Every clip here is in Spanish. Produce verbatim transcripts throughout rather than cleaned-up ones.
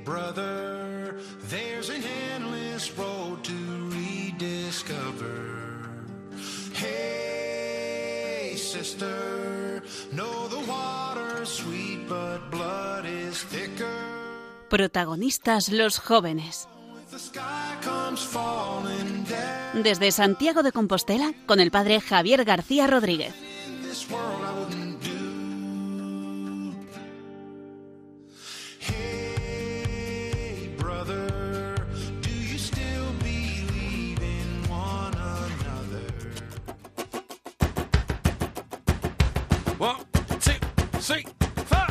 brother, there's an endless road to rediscover. Hey, sister, know the water's sweet, but blood is thicker. Protagonistas los jóvenes. Desde Santiago de Compostela, con el padre Javier García Rodríguez. One, two, three, four.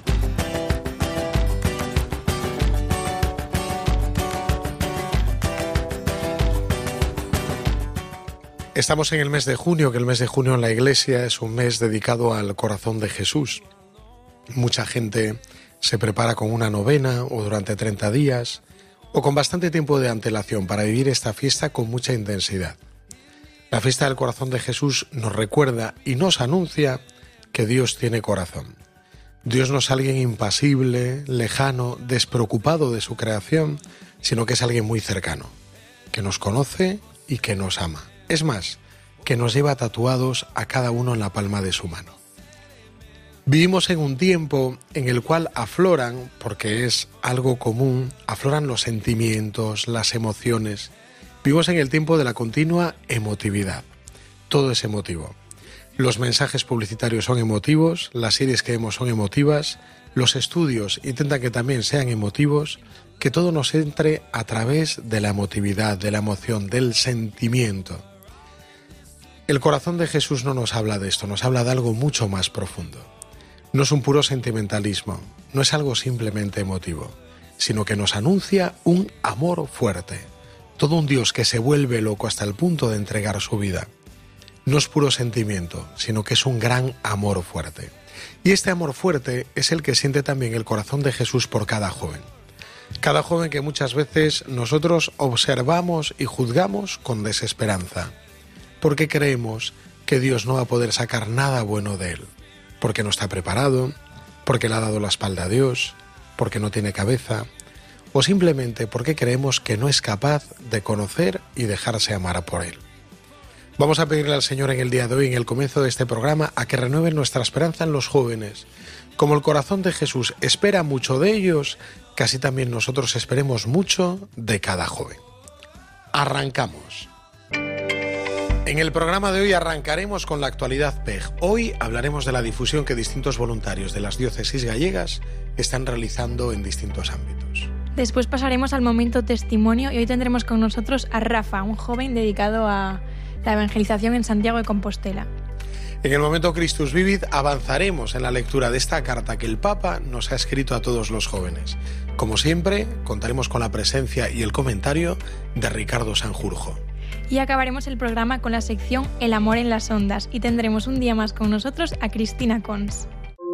Estamos en el mes de junio, que el mes de junio en la Iglesia es un mes dedicado al corazón de Jesús. Mucha gente se prepara con una novena o durante treinta días o con bastante tiempo de antelación para vivir esta fiesta con mucha intensidad. La fiesta del corazón de Jesús nos recuerda y nos anuncia que Dios tiene corazón. Dios no es alguien impasible, lejano, despreocupado de su creación, sino que es alguien muy cercano, que nos conoce y que nos ama. Es más, que nos lleva tatuados a cada uno en la palma de su mano. Vivimos en un tiempo en el cual afloran, porque es algo común, afloran los sentimientos, las emociones. Vivimos en el tiempo de la continua emotividad. Todo es emotivo. Los mensajes publicitarios son emotivos, las series que vemos son emotivas, los estudios intentan que también sean emotivos, que todo nos entre a través de la emotividad, de la emoción, del sentimiento. El corazón de Jesús no nos habla de esto, nos habla de algo mucho más profundo. No es un puro sentimentalismo, no es algo simplemente emotivo, sino que nos anuncia un amor fuerte, todo un Dios que se vuelve loco hasta el punto de entregar su vida. No es puro sentimiento, sino que es un gran amor fuerte. Y este amor fuerte es el que siente también el corazón de Jesús por cada joven. Cada joven que muchas veces nosotros observamos y juzgamos con desesperanza, porque creemos que Dios no va a poder sacar nada bueno de él, porque no está preparado, porque le ha dado la espalda a Dios, porque no tiene cabeza, o simplemente porque creemos que no es capaz de conocer y dejarse amar por él. Vamos a pedirle al Señor en el día de hoy, en el comienzo de este programa, a que renueve nuestra esperanza en los jóvenes. Como el corazón de Jesús espera mucho de ellos, que así también nosotros esperemos mucho de cada joven. Arrancamos. En el programa de hoy arrancaremos con la actualidad P E G. Hoy hablaremos de la difusión que distintos voluntarios de las diócesis gallegas están realizando en distintos ámbitos. Después pasaremos al momento testimonio y hoy tendremos con nosotros a Rafa, un joven dedicado a la evangelización en Santiago de Compostela. En el momento Christus Vivit avanzaremos en la lectura de esta carta que el Papa nos ha escrito a todos los jóvenes. Como siempre, contaremos con la presencia y el comentario de Ricardo Sanjurjo. Y acabaremos el programa con la sección El amor en las ondas y tendremos un día más con nosotros a Cristina Cons.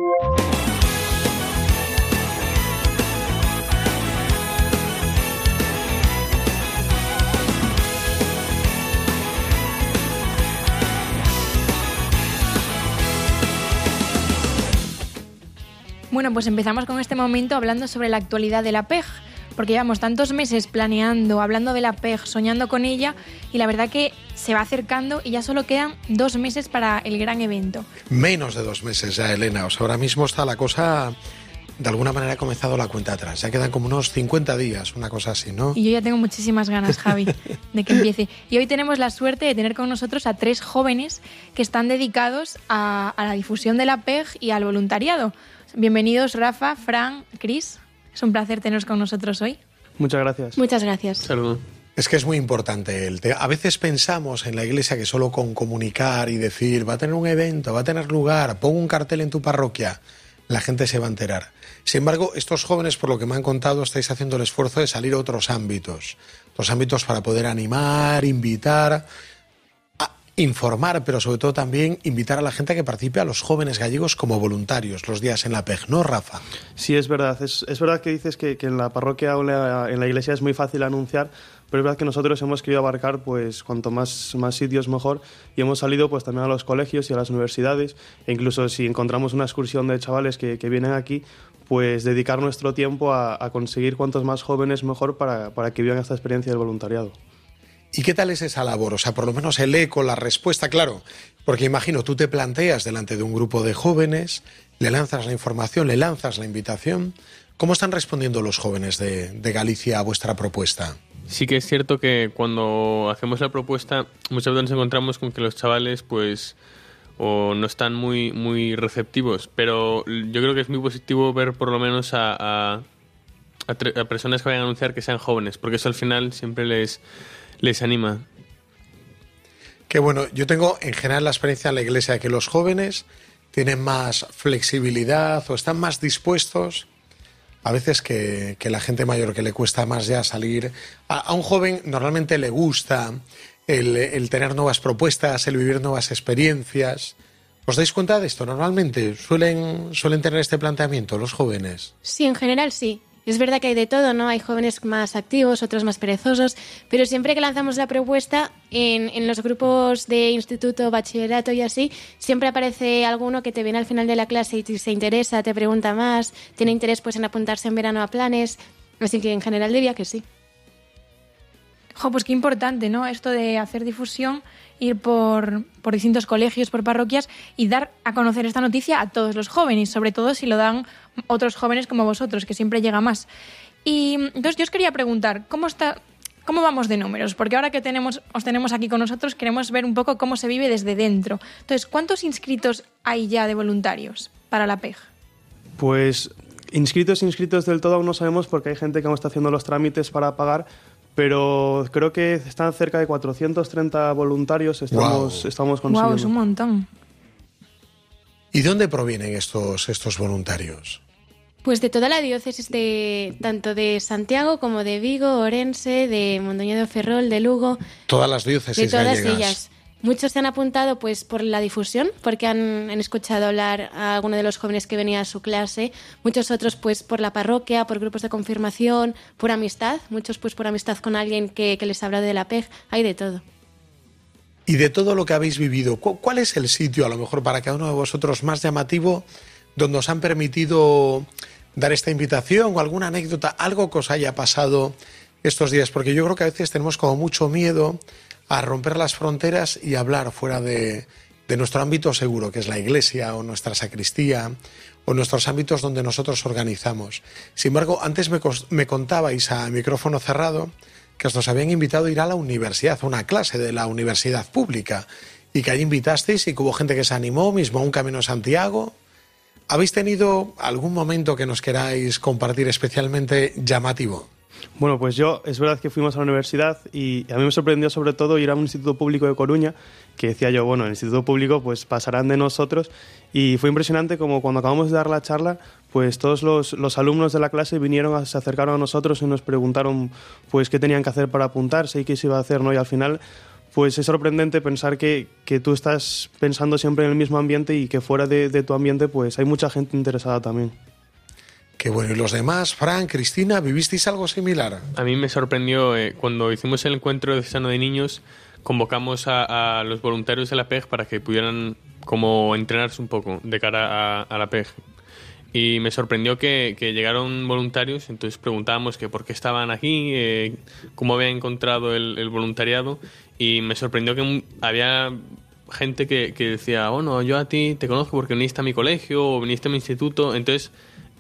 Bueno, pues empezamos con este momento hablando sobre la actualidad de la P E G, porque llevamos tantos meses planeando, hablando de la P E G, soñando con ella, y la verdad que se va acercando y ya solo quedan dos meses para el gran evento. Menos de dos meses ya, Elena. O sea, ahora mismo está la cosa, de alguna manera ha comenzado la cuenta atrás. Ya quedan como unos cincuenta días, una cosa así, ¿no? Y yo ya tengo muchísimas ganas, Javi, de que empiece. Y hoy tenemos la suerte de tener con nosotros a tres jóvenes que están dedicados a, a la difusión de la P E G y al voluntariado. Bienvenidos Rafa, Fran, Cris. Es un placer teneros con nosotros hoy. Muchas gracias. Muchas gracias. Saludos. Es que es muy importante. El te- a veces pensamos en la Iglesia que solo con comunicar y decir va a tener un evento, va a tener lugar, pon un cartel en tu parroquia, la gente se va a enterar. Sin embargo, estos jóvenes, por lo que me han contado, estáis haciendo el esfuerzo de salir a otros ámbitos. Otros ámbitos para poder animar, invitar, a informar, pero sobre todo también invitar a la gente a que participe, a los jóvenes gallegos como voluntarios los días en la P E G, ¿no, Rafa? Sí, es verdad. Es, es verdad que dices que, que en la parroquia o en la, en la iglesia es muy fácil anunciar, pero es verdad que nosotros hemos querido abarcar pues cuanto más, más sitios mejor, y hemos salido pues también a los colegios y a las universidades, e incluso si encontramos una excursión de chavales que, que vienen aquí, pues dedicar nuestro tiempo a, a conseguir cuantos más jóvenes mejor para, para que vivan esta experiencia del voluntariado. ¿Y qué tal es esa labor? O sea, por lo menos el eco, la respuesta, claro, porque imagino, tú te planteas delante de un grupo de jóvenes, le lanzas la información, le lanzas la invitación. ¿Cómo están respondiendo los jóvenes de, de Galicia a vuestra propuesta? Sí que es cierto que cuando hacemos la propuesta muchas veces nos encontramos con que los chavales pues o no están muy, muy receptivos, pero yo creo que es muy positivo ver por lo menos a, a, a, tre- a personas que vayan a anunciar que sean jóvenes, porque eso al final siempre les, les anima. Que bueno, yo tengo en general la experiencia en la iglesia de que los jóvenes tienen más flexibilidad o están más dispuestos a veces que, que la gente mayor, que le cuesta más ya salir. A, a un joven normalmente le gusta el, el tener nuevas propuestas, el vivir nuevas experiencias. ¿Os dais cuenta de esto? Normalmente suelen, suelen tener este planteamiento los jóvenes. Sí, en general sí. Es verdad que hay de todo, ¿no? Hay jóvenes más activos, otros más perezosos, pero siempre que lanzamos la propuesta, en, en los grupos de instituto, bachillerato y así, siempre aparece alguno que te viene al final de la clase y se interesa, te pregunta más, tiene interés pues en apuntarse en verano a planes, así que en general diría que sí. Jo, pues qué importante, ¿no? Esto de hacer difusión, ir por, por distintos colegios, por parroquias y dar a conocer esta noticia a todos los jóvenes, sobre todo si lo dan otros jóvenes como vosotros, que siempre llega más. Y entonces yo os quería preguntar, ¿cómo está, cómo vamos de números? Porque ahora que tenemos, os tenemos aquí con nosotros, queremos ver un poco cómo se vive desde dentro. Entonces, ¿cuántos inscritos hay ya de voluntarios para la P E G? Pues inscritos, inscritos del todo aún no sabemos, porque hay gente que aún está haciendo los trámites para pagar, pero creo que están cerca de cuatrocientos treinta voluntarios, estamos, wow. estamos consiguiendo. Wow, es un montón. ¿Y de dónde provienen estos, estos voluntarios? Pues de toda la diócesis, de tanto de Santiago como de Vigo, Orense, de Mondoñedo Ferrol, de Lugo. Todas las diócesis de todas gallegas. ellas. Muchos se han apuntado pues por la difusión, porque han, han escuchado hablar a alguno de los jóvenes que venía a su clase. Muchos otros pues por la parroquia, por grupos de confirmación, por amistad. Muchos pues por amistad con alguien que, que les habla de la P E G. Hay de todo. Y de todo lo que habéis vivido, ¿cuál es el sitio, a lo mejor para cada uno de vosotros, más llamativo, donde os han permitido dar esta invitación o alguna anécdota, algo que os haya pasado estos días? Porque yo creo que a veces tenemos como mucho miedo a romper las fronteras y hablar fuera de, de nuestro ámbito seguro, que es la iglesia o nuestra sacristía o nuestros ámbitos donde nosotros organizamos. Sin embargo, antes me, me contabais a micrófono cerrado que os habían invitado a ir a la universidad, a una clase de la universidad pública, y que allí invitasteis y que hubo gente que se animó, mismo a un Camino de Santiago. ¿Habéis tenido algún momento que nos queráis compartir especialmente llamativo? Bueno, pues yo, es verdad que fuimos a la universidad y a mí me sorprendió sobre todo ir a un instituto público de Coruña, que decía yo, bueno, el instituto público pues pasarán de nosotros, y fue impresionante como cuando acabamos de dar la charla, pues todos los, los alumnos de la clase vinieron, a, se acercaron a nosotros y nos preguntaron pues qué tenían que hacer para apuntarse y qué se iba a hacer, ¿no? Y al final pues es sorprendente pensar que, que tú estás pensando siempre en el mismo ambiente y que fuera de, de tu ambiente pues hay mucha gente interesada también. Qué bueno. ¿Y los demás, Fran, Cristina, vivisteis algo similar? A mí me sorprendió eh, cuando hicimos el encuentro de Sano de Niños, convocamos a, a los voluntarios de la P E G para que pudieran como entrenarse un poco de cara a, a la P E G. Y me sorprendió que, que llegaron voluntarios, entonces preguntábamos que por qué estaban aquí, eh, cómo habían encontrado el, el voluntariado, y me sorprendió que había gente que, que decía, oh no, yo a ti te conozco porque viniste a mi colegio o viniste a mi instituto. Entonces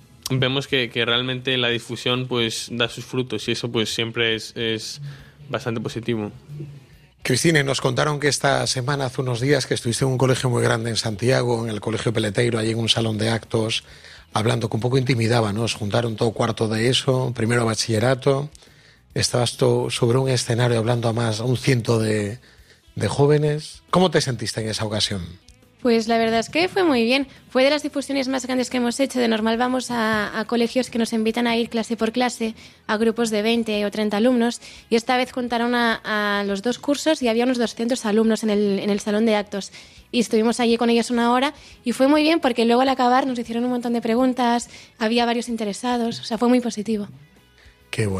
vemos que, que realmente la difusión pues da sus frutos y eso pues siempre es, es bastante positivo. Cristina, nos contaron que esta semana, hace unos días, que estuviste en un colegio muy grande en Santiago, en el Colegio Peleteiro, allí en un salón de actos, hablando, que un poco intimidaba, ¿no? Os juntaron todo cuarto de eso, primero bachillerato, estabas tú sobre un escenario hablando a más, a un ciento de, de jóvenes. ¿Cómo te sentiste en esa ocasión? Pues la verdad es que fue muy bien. Fue de las difusiones más grandes que hemos hecho. De normal vamos a, a colegios que nos invitan a ir clase por clase, a grupos de veinte o treinta alumnos, y esta vez juntaron a, a los dos cursos y había unos doscientos alumnos en el, en el salón de actos. Y estuvimos allí con ellos una hora y fue muy bien porque luego al acabar nos hicieron un montón de preguntas, había varios interesados, o sea, fue muy positivo. Qué bueno.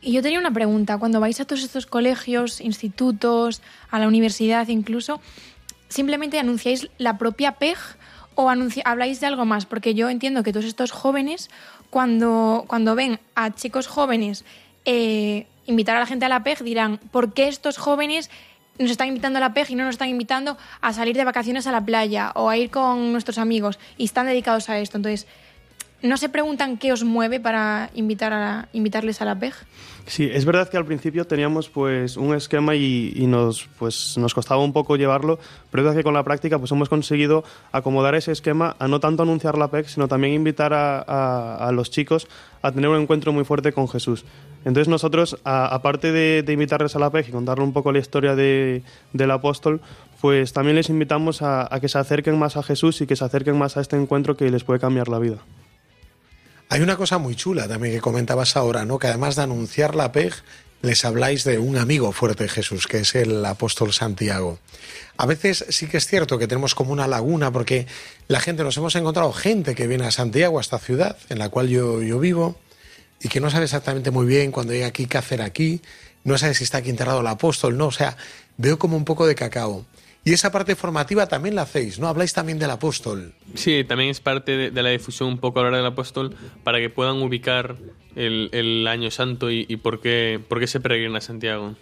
Y yo tenía una pregunta. Cuando vais a todos estos colegios, institutos, a la universidad incluso, ¿simplemente anunciáis la propia P E G o anunci- habláis de algo más? Porque yo entiendo que todos estos jóvenes, cuando, cuando ven a chicos jóvenes eh, invitar a la gente a la P E G, dirán, ¿por qué estos jóvenes nos están invitando a la P E G y no nos están invitando a salir de vacaciones a la playa o a ir con nuestros amigos y están dedicados a esto? Entonces, ¿no se preguntan qué os mueve para invitar a la, invitarles a la P E G? Sí, es verdad que al principio teníamos pues un esquema y, y nos, pues, nos costaba un poco llevarlo, pero es verdad que con la práctica pues hemos conseguido acomodar ese esquema a no tanto anunciar la P E G, sino también invitar a, a, a los chicos a tener un encuentro muy fuerte con Jesús. Entonces nosotros, a, aparte de, de invitarles a la P E G y contarles un poco la historia de, del apóstol, pues también les invitamos a, a que se acerquen más a Jesús y que se acerquen más a este encuentro que les puede cambiar la vida. Hay una cosa muy chula también que comentabas ahora, ¿no? Que además de anunciar la P E G, les habláis de un amigo fuerte de Jesús, que es el apóstol Santiago. A veces sí que es cierto que tenemos como una laguna, porque la gente, nos hemos encontrado gente que viene a Santiago, a esta ciudad en la cual yo, yo vivo, y que no sabe exactamente muy bien cuando llega aquí qué hacer aquí, no sabe si está aquí enterrado el apóstol, no, o sea, veo como un poco de cacao. Y esa parte formativa también la hacéis, ¿no? Habláis también del apóstol. Sí, también es parte de, de la difusión un poco hablar del apóstol para que puedan ubicar el, el año santo y, y por qué, por qué se peregrina a Santiago.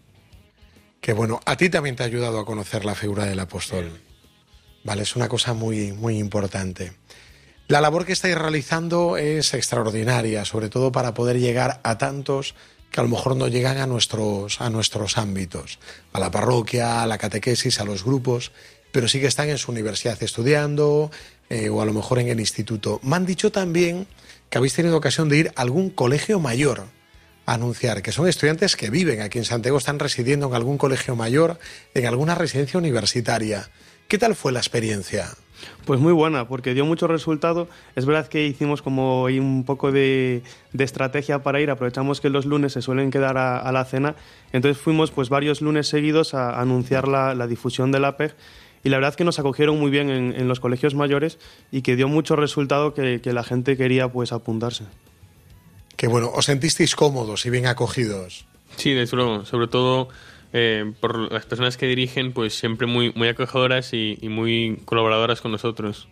Que bueno, a ti también te ha ayudado a conocer la figura del apóstol. Vale, es una cosa muy, muy importante. La labor que estáis realizando es extraordinaria, sobre todo para poder llegar a tantos que a lo mejor no llegan a nuestros, a nuestros ámbitos, a la parroquia, a la catequesis, a los grupos, pero sí que están en su universidad estudiando eh, o a lo mejor en el instituto. Me han dicho también que habéis tenido ocasión de ir a algún colegio mayor a anunciar, que son estudiantes que viven aquí en Santiago, están residiendo en algún colegio mayor, en alguna residencia universitaria. ¿Qué tal fue la experiencia? Pues muy buena, porque dio mucho resultado. Es verdad que hicimos como ahí un poco de, de estrategia para ir. Aprovechamos que los lunes se suelen quedar a, a la cena. Entonces fuimos pues varios lunes seguidos a, a anunciar la, la difusión de la P E G. Y la verdad que nos acogieron muy bien en, en los colegios mayores y que dio mucho resultado que, que la gente quería pues apuntarse. Que bueno, ¿os sentisteis cómodos y bien acogidos? Sí, desde luego. Sobre todo eh, por las personas que dirigen, pues siempre muy, muy acogedoras y, y muy colaboradoras con nosotros.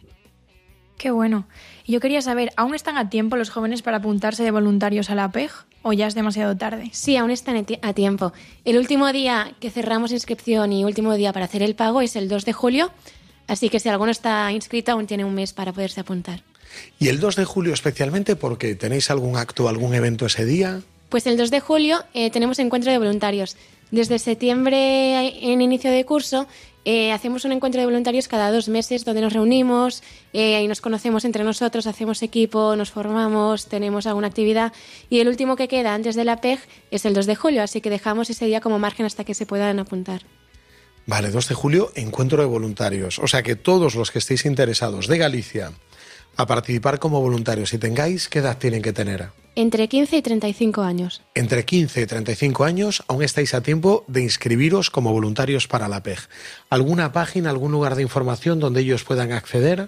Qué bueno. Y yo quería saber, ¿aún están a tiempo los jóvenes para apuntarse de voluntarios a la P E G o ya es demasiado tarde? Sí, aún están a tiempo. El último día que cerramos inscripción y último día para hacer el pago es el dos de julio, así que si alguno está inscrito aún tiene un mes para poderse apuntar. ¿Y el dos de julio especialmente porque tenéis algún acto, algún evento ese día? Pues el dos de julio eh, tenemos encuentro de voluntarios. Desde septiembre en inicio de curso eh, hacemos un encuentro de voluntarios cada dos meses donde nos reunimos eh, y nos conocemos entre nosotros, hacemos equipo, nos formamos, tenemos alguna actividad y el último que queda antes de la P E G es el dos de julio, así que dejamos ese día como margen hasta que se puedan apuntar. Vale, dos de julio, encuentro de voluntarios. O sea que todos los que estéis interesados de Galicia a participar como voluntarios y tengáis, ¿qué edad tienen que tener? Entre quince y treinta y cinco años. Entre quince y treinta y cinco años aún estáis a tiempo de inscribiros como voluntarios para la P E G. ¿Alguna página, algún lugar de información donde ellos puedan acceder?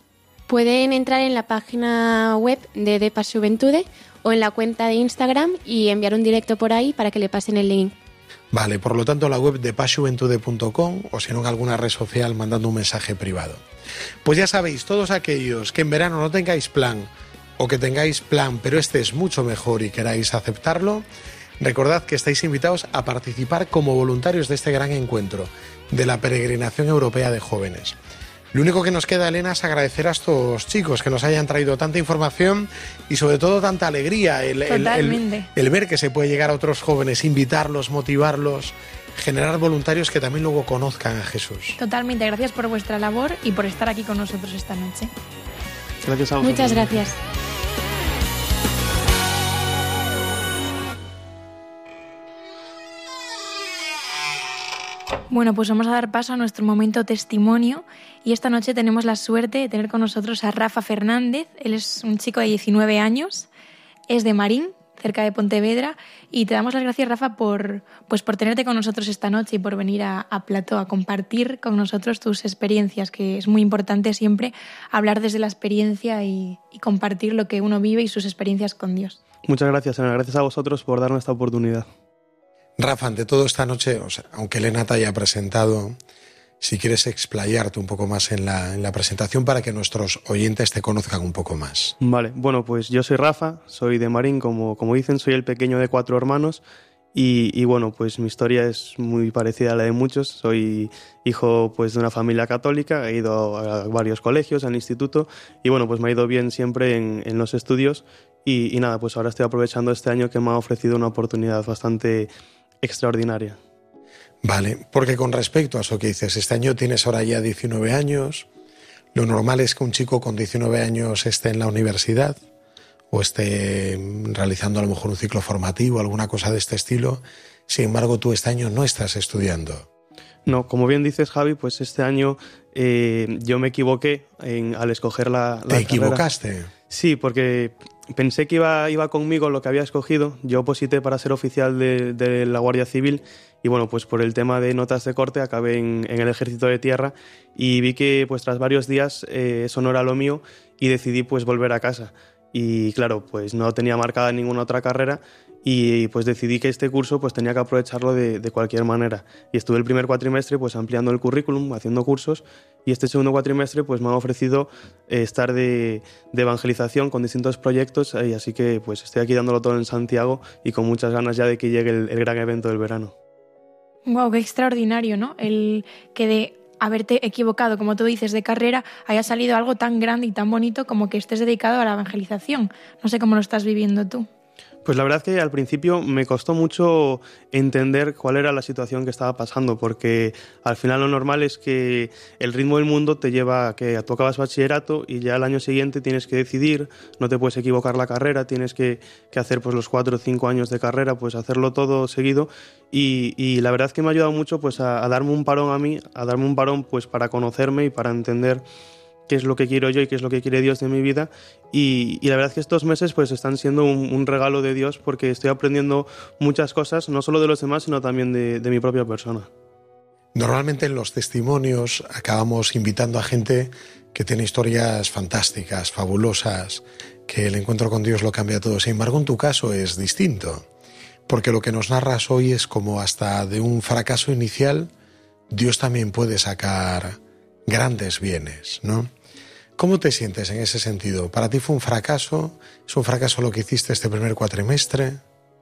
Pueden entrar en la página web de Depa Xuventude o en la cuenta de Instagram y enviar un directo por ahí para que le pasen el link. Vale, por lo tanto la web de pasjuventude punto com o si no en alguna red social mandando un mensaje privado. Pues ya sabéis, todos aquellos que en verano no tengáis plan o que tengáis plan pero este es mucho mejor y queráis aceptarlo, recordad que estáis invitados a participar como voluntarios de este gran encuentro de la Peregrinación Europea de Jóvenes. Lo único que nos queda, Elena, es agradecer a estos chicos que nos hayan traído tanta información y sobre todo tanta alegría, el, el, el, el ver que se puede llegar a otros jóvenes, invitarlos, motivarlos, generar voluntarios que también luego conozcan a Jesús. Totalmente, gracias por vuestra labor y por estar aquí con nosotros esta noche. Gracias a vosotros. Muchas gracias. Bueno, pues vamos a dar paso a nuestro momento testimonio y esta noche tenemos la suerte de tener con nosotros a Rafa Fernández. Él es un chico de diecinueve años, es de Marín, cerca de Pontevedra, y te damos las gracias, Rafa, por, pues por tenerte con nosotros esta noche y por venir a, a Plató a compartir con nosotros tus experiencias, que es muy importante siempre hablar desde la experiencia y, y compartir lo que uno vive y sus experiencias con Dios. Muchas gracias, Elena. Gracias a vosotros por darnos esta oportunidad. Rafa, ante todo esta noche, o sea, aunque Elena te haya presentado, si quieres explayarte un poco más en la, en la presentación para que nuestros oyentes te conozcan un poco más. Vale, bueno, pues yo soy Rafa, soy de Marín, como, como dicen, soy el pequeño de cuatro hermanos y, y bueno, pues mi historia es muy parecida a la de muchos. Soy hijo pues de una familia católica, he ido a varios colegios, al instituto y bueno, pues me ha ido bien siempre en, en los estudios y, y nada, pues ahora estoy aprovechando este año que me ha ofrecido una oportunidad bastante extraordinaria. Vale, porque con respecto a eso que dices, este año tienes ahora ya diecinueve años, lo normal es que un chico con diecinueve años esté en la universidad o esté realizando a lo mejor un ciclo formativo, alguna cosa de este estilo, sin embargo tú este año no estás estudiando. No, como bien dices, Javi, pues este año eh, yo me equivoqué en, al escoger la, la ¿Te carrera. equivocaste? Sí, porque pensé que iba, iba conmigo lo que había escogido. Yo oposité para ser oficial de, de la Guardia Civil y bueno, pues por el tema de notas de corte acabé en, en el Ejército de Tierra y vi que pues tras varios días eh, eso no era lo mío y decidí pues volver a casa. Y claro, pues no tenía marcada ninguna otra carrera y pues decidí que este curso pues tenía que aprovecharlo de, de cualquier manera. Y estuve el primer cuatrimestre pues ampliando el currículum, haciendo cursos y este segundo cuatrimestre pues me han ofrecido eh, estar de, de evangelización con distintos proyectos y así que pues estoy aquí dándolo todo en Santiago y con muchas ganas ya de que llegue el, el gran evento del verano. Wow, qué extraordinario, ¿no? El que de haberte equivocado, como tú dices, de carrera, haya salido algo tan grande y tan bonito como que estés dedicado a la evangelización. No sé cómo lo estás viviendo tú. Pues la verdad es que al principio me costó mucho entender cuál era la situación que estaba pasando, porque al final lo normal es que el ritmo del mundo te lleva a que tú acabas bachillerato y ya al año siguiente tienes que decidir, no te puedes equivocar la carrera, tienes que, que hacer pues los cuatro o cinco años de carrera, pues hacerlo todo seguido y, y la verdad es que me ha ayudado mucho pues a, a darme un parón a mí, a darme un parón pues para conocerme y para entender qué es lo que quiero yo y qué es lo que quiere Dios de mi vida y, y la verdad es que estos meses pues están siendo un, un regalo de Dios porque estoy aprendiendo muchas cosas, no solo de los demás sino también de, de mi propia persona. Normalmente en los testimonios acabamos invitando a gente que tiene historias fantásticas, fabulosas, que el encuentro con Dios lo cambia todo. Sin embargo, en tu caso es distinto, porque lo que nos narras hoy es como hasta de un fracaso inicial Dios también puede sacar grandes bienes, ¿no? ¿Cómo te sientes en ese sentido? ¿Para ti fue un fracaso? ¿Es un fracaso lo que hiciste este primer cuatrimestre?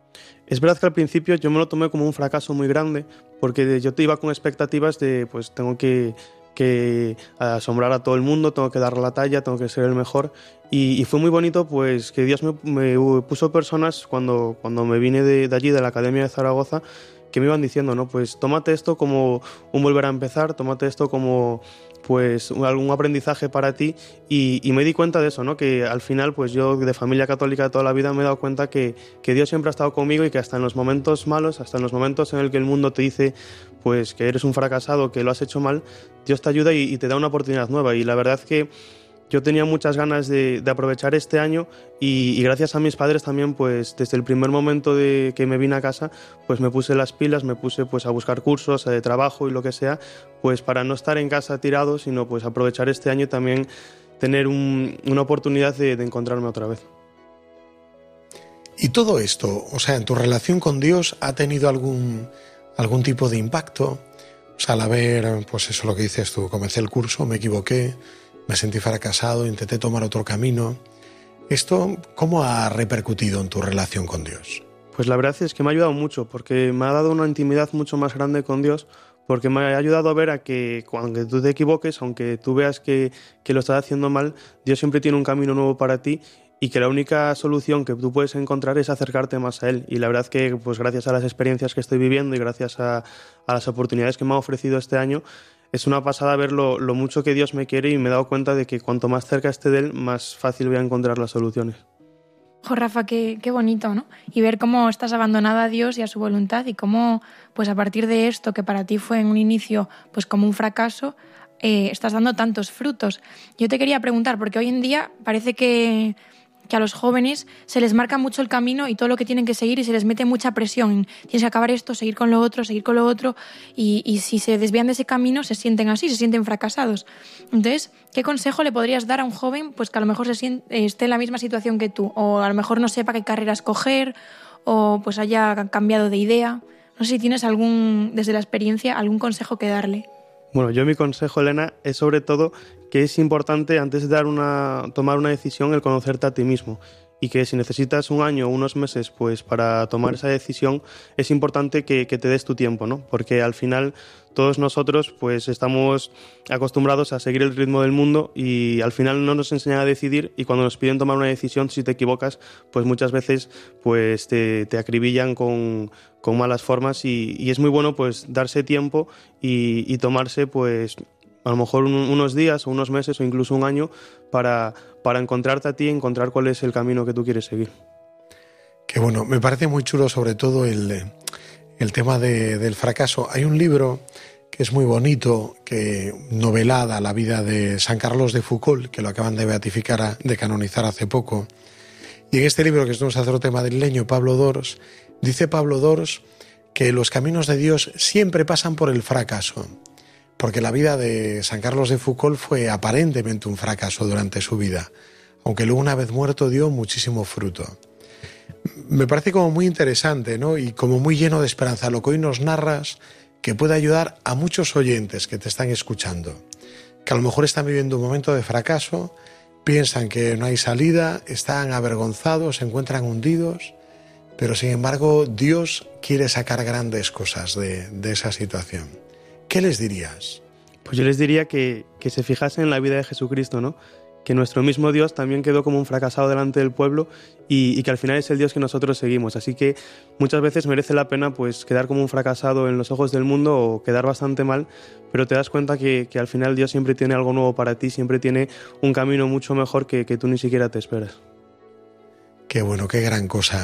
Es verdad que al principio yo me lo tomé como un fracaso muy grande porque yo te iba con expectativas de pues tengo que, que asombrar a todo el mundo, tengo que dar la talla, tengo que ser el mejor y, y fue muy bonito pues que Dios me, me puso personas cuando, cuando me vine de, de allí, de la Academia de Zaragoza, que me iban diciendo, ¿no? Pues tómate esto como un volver a empezar, tómate esto como pues algún aprendizaje para ti y, y me di cuenta de eso, ¿no? Que al final pues yo de familia católica de toda la vida me he dado cuenta que, que Dios siempre ha estado conmigo y que hasta en los momentos malos, hasta en los momentos en el que el mundo te dice pues que eres un fracasado, que lo has hecho mal, Dios te ayuda y, y te da una oportunidad nueva y la verdad es que yo tenía muchas ganas de, de aprovechar este año y, y gracias a mis padres también, pues desde el primer momento de que me vine a casa, pues me puse las pilas, me puse pues a buscar cursos de trabajo y lo que sea, pues para no estar en casa tirado, sino pues aprovechar este año y también tener un, una oportunidad de, de encontrarme otra vez. Y todo esto, o sea, en tu relación con Dios, ¿ha tenido algún, algún tipo de impacto? O sea, al haber, pues eso lo que dices tú, comencé el curso, me equivoqué, me sentí fracasado, intenté tomar otro camino. ¿Esto cómo ha repercutido en tu relación con Dios? Pues la verdad es que me ha ayudado mucho, porque me ha dado una intimidad mucho más grande con Dios, porque me ha ayudado a ver a que cuando tú te equivoques, aunque tú veas que, que lo estás haciendo mal, Dios siempre tiene un camino nuevo para ti y que la única solución que tú puedes encontrar es acercarte más a Él. Y la verdad que pues gracias a las experiencias que estoy viviendo y gracias a, a las oportunidades que me ha ofrecido este año, es una pasada ver lo, lo mucho que Dios me quiere y me he dado cuenta de que cuanto más cerca esté de Él, más fácil voy a encontrar las soluciones. Jo, Rafa, qué, qué bonito, ¿no? Y ver cómo estás abandonado a Dios y a su voluntad y cómo, pues a partir de esto, que para ti fue en un inicio pues como un fracaso, eh, estás dando tantos frutos. Yo te quería preguntar, porque hoy en día parece que, que a los jóvenes se les marca mucho el camino y todo lo que tienen que seguir y se les mete mucha presión. Tienes que acabar esto, seguir con lo otro, seguir con lo otro y, y si se desvían de ese camino se sienten así, se sienten fracasados. Entonces, ¿qué consejo le podrías dar a un joven pues que a lo mejor se siente, esté en la misma situación que tú o a lo mejor no sepa qué carrera escoger o pues haya cambiado de idea? No sé si tienes algún, desde la experiencia, algún consejo que darle. Bueno, yo mi consejo, Elena, es sobre todo que es importante antes de dar una, tomar una decisión el conocerte a ti mismo y que si necesitas un año o unos meses pues para tomar esa decisión es importante que, que te des tu tiempo, ¿no? Porque al final todos nosotros pues estamos acostumbrados a seguir el ritmo del mundo y al final no nos enseñan a decidir y cuando nos piden tomar una decisión, si te equivocas, pues muchas veces pues te, te acribillan con, con malas formas y, y es muy bueno pues darse tiempo y, y tomarse pues a lo mejor un, unos días o unos meses o incluso un año para, para encontrarte a ti y encontrar cuál es el camino que tú quieres seguir. Qué bueno, me parece muy chulo sobre todo el, el tema de, del fracaso. Hay un libro que es muy bonito, que novelada la vida de San Carlos de Foucauld, que lo acaban de beatificar, de canonizar hace poco. Y en este libro, que es de un sacerdote madrileño, Pablo Dors, dice Pablo Dors que los caminos de Dios siempre pasan por el fracaso. Porque la vida de San Carlos de Foucauld fue aparentemente un fracaso durante su vida, aunque luego una vez muerto dio muchísimo fruto. Me parece como muy interesante, ¿no? Y como muy lleno de esperanza lo que hoy nos narras, que puede ayudar a muchos oyentes que te están escuchando, que a lo mejor están viviendo un momento de fracaso, piensan que no hay salida, están avergonzados, se encuentran hundidos, pero sin embargo Dios quiere sacar grandes cosas de, de esa situación. ¿Qué les dirías? Pues yo les diría que, que se fijasen en la vida de Jesucristo, ¿no? Que nuestro mismo Dios también quedó como un fracasado delante del pueblo y, y que al final es el Dios que nosotros seguimos. Así que muchas veces merece la pena pues quedar como un fracasado en los ojos del mundo o quedar bastante mal, pero te das cuenta que, que al final Dios siempre tiene algo nuevo para ti, siempre tiene un camino mucho mejor que, que tú ni siquiera te esperas. Qué bueno, qué gran cosa.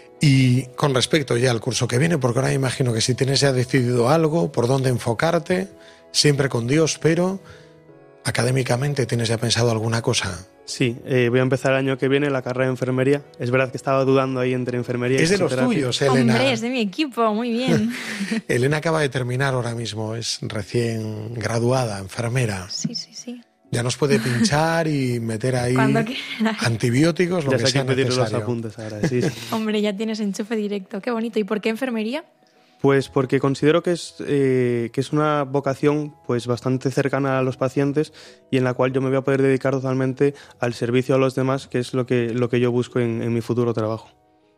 Y con respecto ya al curso que viene, porque ahora imagino que si tienes ya decidido algo, por dónde enfocarte, siempre con Dios, pero académicamente ¿tienes ya pensado alguna cosa? Sí, eh, voy a empezar el año que viene la carrera de enfermería. Es verdad que estaba dudando ahí entre enfermería y Es de los tuyos, Elena. Hombre, es de mi equipo, muy bien. Elena acaba de terminar ahora mismo, es recién graduada, enfermera. Sí, sí, sí. Ya nos puede pinchar y meter ahí antibióticos, lo ya que sea necesario. los apuntes ahora, sí, sí. Hombre, ya tienes enchufe directo, qué bonito. ¿Y por qué enfermería? Pues porque considero que es, eh, que es una vocación pues bastante cercana a los pacientes y en la cual yo me voy a poder dedicar totalmente al servicio a los demás, que es lo que, lo que yo busco en, en mi futuro trabajo.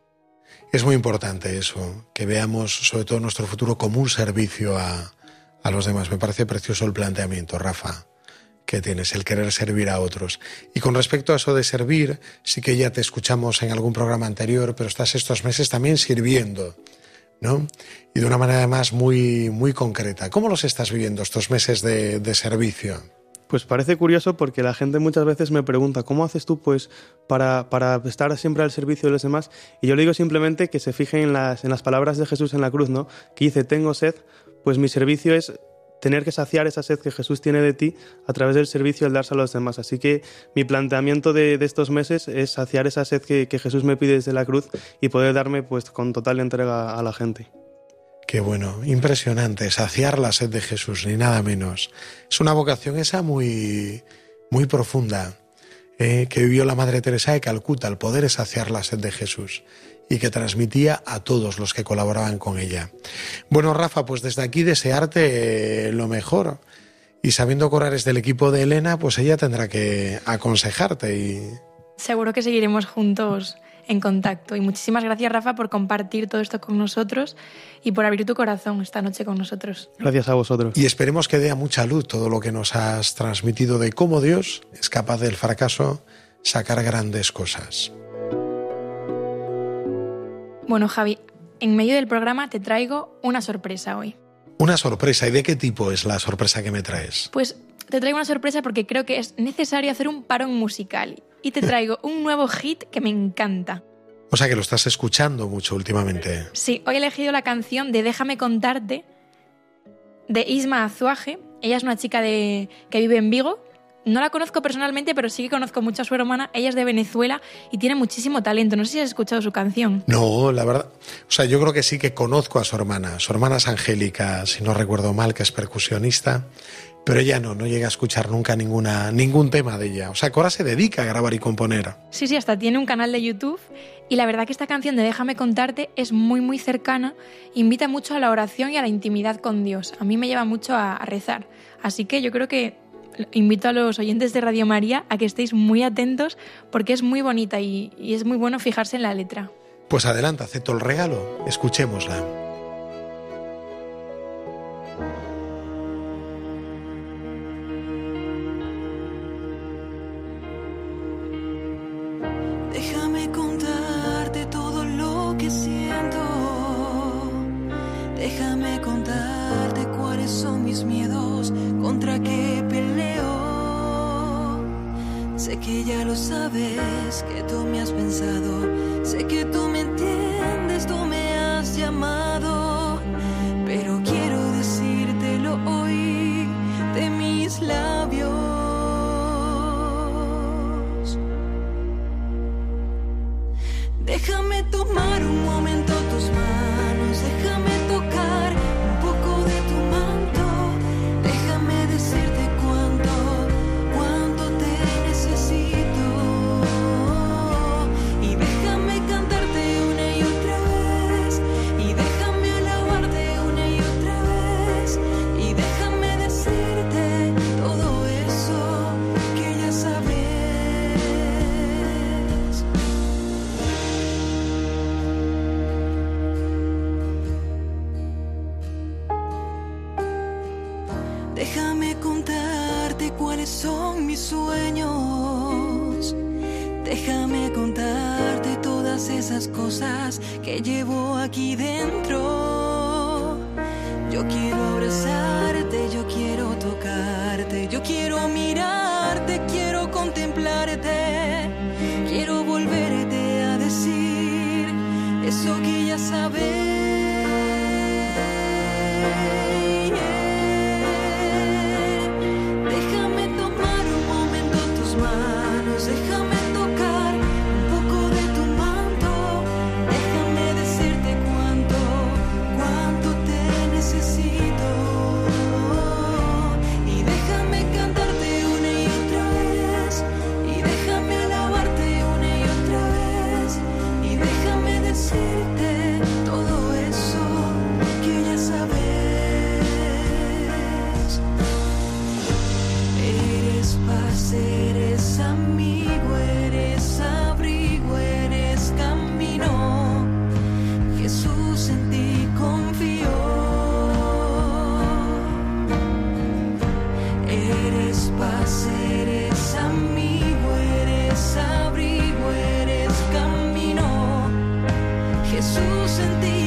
Es muy importante eso, que veamos sobre todo nuestro futuro como un servicio a, a los demás. Me parece precioso el planteamiento, Rafa, que tienes, el querer servir a otros. Y con respecto a eso de servir, sí que ya te escuchamos en algún programa anterior, pero estás estos meses también sirviendo, ¿no? Y de una manera además muy, muy concreta. ¿Cómo los estás viviendo estos meses de, de servicio? Pues parece curioso porque la gente muchas veces me pregunta ¿cómo haces tú pues para, para estar siempre al servicio de los demás? Y yo le digo simplemente que se fijen en las, en las palabras de Jesús en la cruz, ¿no? Que dice, tengo sed, pues mi servicio es tener que saciar esa sed que Jesús tiene de ti a través del servicio y el darse a los demás. Así que mi planteamiento de, de estos meses es saciar esa sed que, que Jesús me pide desde la cruz y poder darme pues con total entrega a la gente. Qué bueno, impresionante, saciar la sed de Jesús, ni nada menos. Es una vocación esa muy, muy profunda, eh, que vivió la Madre Teresa de Calcuta, el poder es saciar la sed de Jesús y que transmitía a todos los que colaboraban con ella. Bueno, Rafa, pues desde aquí desearte eh, lo mejor y sabiendo que eres del equipo de Elena, pues ella tendrá que aconsejarte y... Seguro que seguiremos juntos en contacto. Y muchísimas gracias, Rafa, por compartir todo esto con nosotros y por abrir tu corazón esta noche con nosotros. Gracias a vosotros. Y esperemos que dé a mucha luz todo lo que nos has transmitido de cómo Dios es capaz del fracaso sacar grandes cosas. Bueno, Javi, en medio del programa te traigo una sorpresa hoy. Una sorpresa. ¿Y de qué tipo es la sorpresa que me traes? Pues te traigo una sorpresa porque creo que es necesario hacer un parón musical. Y te traigo un nuevo hit que me encanta. O sea que lo estás escuchando mucho últimamente. Sí, hoy he elegido la canción de Déjame contarte, de Isma Azuaje. Ella es una chica de, que vive en Vigo no la conozco personalmente, pero sí que conozco mucho a su hermana. Ella es de Venezuela y tiene muchísimo talento. No sé si has escuchado su canción. No, la verdad, o sea, yo creo que sí que conozco a su hermana. Su hermana es Angélica, si no recuerdo mal, que es percusionista. Pero ella no, no llega a escuchar nunca ninguna, ningún tema de ella. O sea, que ahora se dedica a grabar y componer. Sí, sí, hasta tiene un canal de YouTube. Y la verdad que esta canción de Déjame contarte es muy, muy cercana. Invita mucho a la oración y a la intimidad con Dios. A mí me lleva mucho a, a rezar. Así que yo creo que invito a los oyentes de Radio María a que estéis muy atentos porque es muy bonita y, y es muy bueno fijarse en la letra. Pues adelante, acepto el regalo. Escuchémosla. Déjame contarte todo lo que siento. Déjame contarte cuáles son mis miedos, contra qué peleo. Sé que ya lo sabes, que tú me has pensado. Sé que tú me entiendes, tú me has llamado. Pero quiero decírtelo hoy de mis labios. Déjame tomar un momento tus manos, déjame tocar un poco de tu manto, déjame decirte cuánto, cuánto te necesito, y déjame cantarte una y otra vez, y déjame alabarte una y otra vez, y déjame decirte todo eso que ya sabes. Déjame contarte cuáles son mis sueños. Déjame contarte todas esas cosas que llevo aquí dentro. Yo quiero abrazarte, yo quiero tocarte, yo quiero mirarte, quiero contemplarte. Quiero volverte a decir eso que ya sabes. Déjame tocar un poco de tu manto, déjame decirte cuánto, cuánto te necesito, y déjame cantarte una y otra vez, y déjame alabarte una y otra vez, y déjame decirte todo eso que ya sabes. Eres paz, eres amigo, eres abrigo, eres camino. Jesús, en ti confío. Eres paz, eres amigo, eres abrigo, eres camino. Jesús, en ti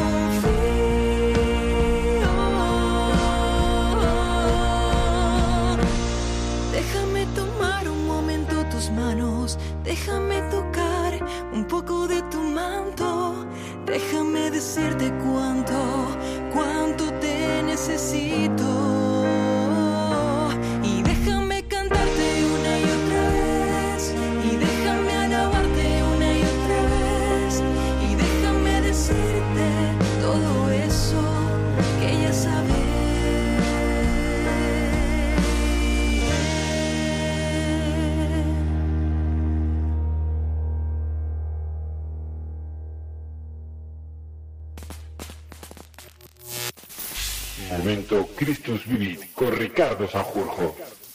confío. Déjame tomar un momento tus manos, déjame tocar un poco de tu manto, déjame decirte cuánto, cuánto te necesito, y déjame cantarte una y otra vez, y déjame alabarte una y otra vez, y déjame decirte todo eso que ya sabes. Momento Christus Vivit con Ricardo Sanjurjo.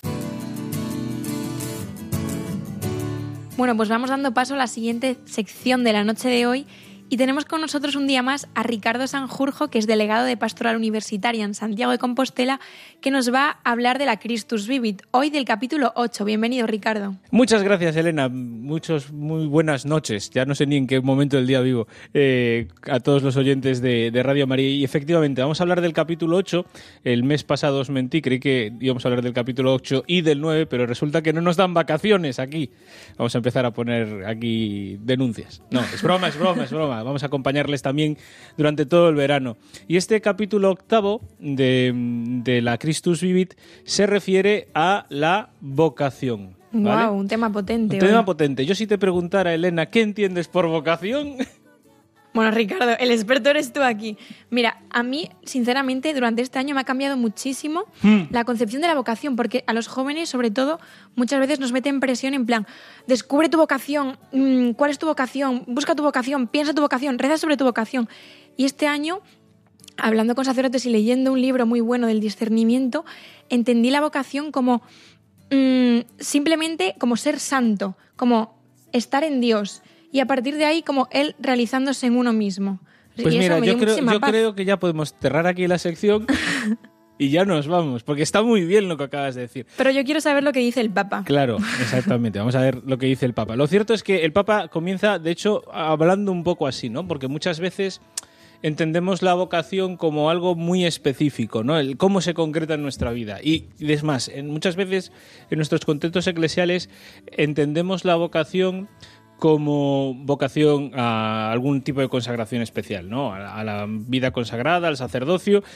Bueno, pues vamos dando paso a la siguiente sección de la noche de hoy y tenemos con nosotros un día más a Ricardo Sanjurjo, que es delegado de Pastoral Universitaria en Santiago de Compostela, que nos va a hablar de la Christus Vivit, hoy del capítulo ocho. Bienvenido, Ricardo. Muchas gracias, Elena. Muchos, muy buenas noches. Ya no sé ni en qué momento del día vivo. Eh, a todos los oyentes de, de Radio María. Y efectivamente, vamos a hablar del capítulo ocho. El mes pasado os mentí, creí que íbamos a hablar del capítulo ocho y del nueve, pero resulta que no nos dan vacaciones aquí. Vamos a empezar a poner aquí denuncias. No, es broma, es broma, es broma. vamos a acompañarles también durante todo el verano. Y este capítulo octavo de, de la Christus Vivit se refiere a la vocación. ¿Vale? Wow, un tema potente. Un tema hoy. potente. Yo si te preguntara, Elena, ¿qué entiendes por vocación? Bueno, Ricardo, el experto eres tú aquí. Mira, a mí, sinceramente, durante este año me ha cambiado muchísimo Hmm. la concepción de la vocación, porque a los jóvenes, sobre todo, muchas veces nos meten presión en plan, descubre tu vocación, mmm, ¿cuál es tu vocación? Busca tu vocación, piensa tu vocación, reza sobre tu vocación. Y este año, hablando con sacerdotes y leyendo un libro muy bueno del discernimiento, entendí la vocación como mmm, simplemente como ser santo, como estar en Dios. Y a partir de ahí, como él realizándose en uno mismo. Pues y mira, eso me yo, dio creo, muchísima yo paz. creo que ya podemos cerrar aquí la sección y ya nos vamos, porque está muy bien lo que acabas de decir. Pero yo quiero saber lo que dice el Papa. Claro, exactamente. Vamos a ver lo que dice el Papa. Lo cierto es que el Papa comienza, de hecho, hablando un poco así, ¿no? Porque muchas veces entendemos la vocación como algo muy específico, ¿no? El cómo se concreta en nuestra vida. Y es más, en, muchas veces en nuestros contextos eclesiales entendemos la vocación como vocación a algún tipo de consagración especial, ¿no? A, a la vida consagrada, al sacerdocio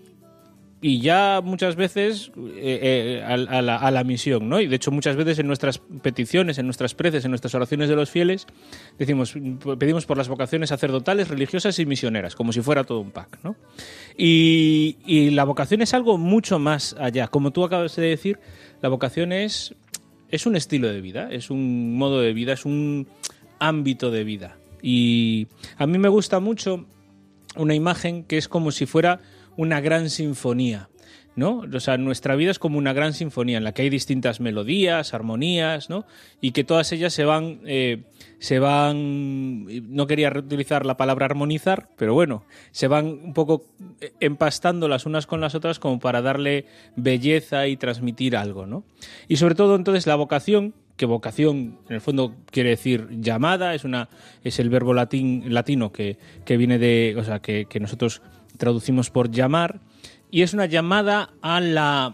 y ya muchas veces eh, eh, a, a, la, a la misión, ¿no? Y de hecho muchas veces en nuestras peticiones, en nuestras preces, en nuestras oraciones de los fieles, decimos, pedimos por las vocaciones sacerdotales, religiosas y misioneras, como si fuera todo un pack, ¿no? Y, y la vocación es algo mucho más allá. Como tú acabas de decir, la vocación es... es un estilo de vida, es un modo de vida, es un ámbito de vida. Y a mí me gusta mucho una imagen que es como si fuera una gran sinfonía, ¿no? O sea, nuestra vida es como una gran sinfonía en la que hay distintas melodías, armonías, ¿no? Y que todas ellas se van, eh, se van, no quería utilizar la palabra armonizar, pero bueno, se van un poco empastando las unas con las otras como para darle belleza y transmitir algo, ¿no? Y sobre todo entonces la vocación, que vocación en el fondo quiere decir llamada, es una es el verbo latín, latino que, que viene de, o sea, que, que nosotros traducimos por llamar, y es una llamada a la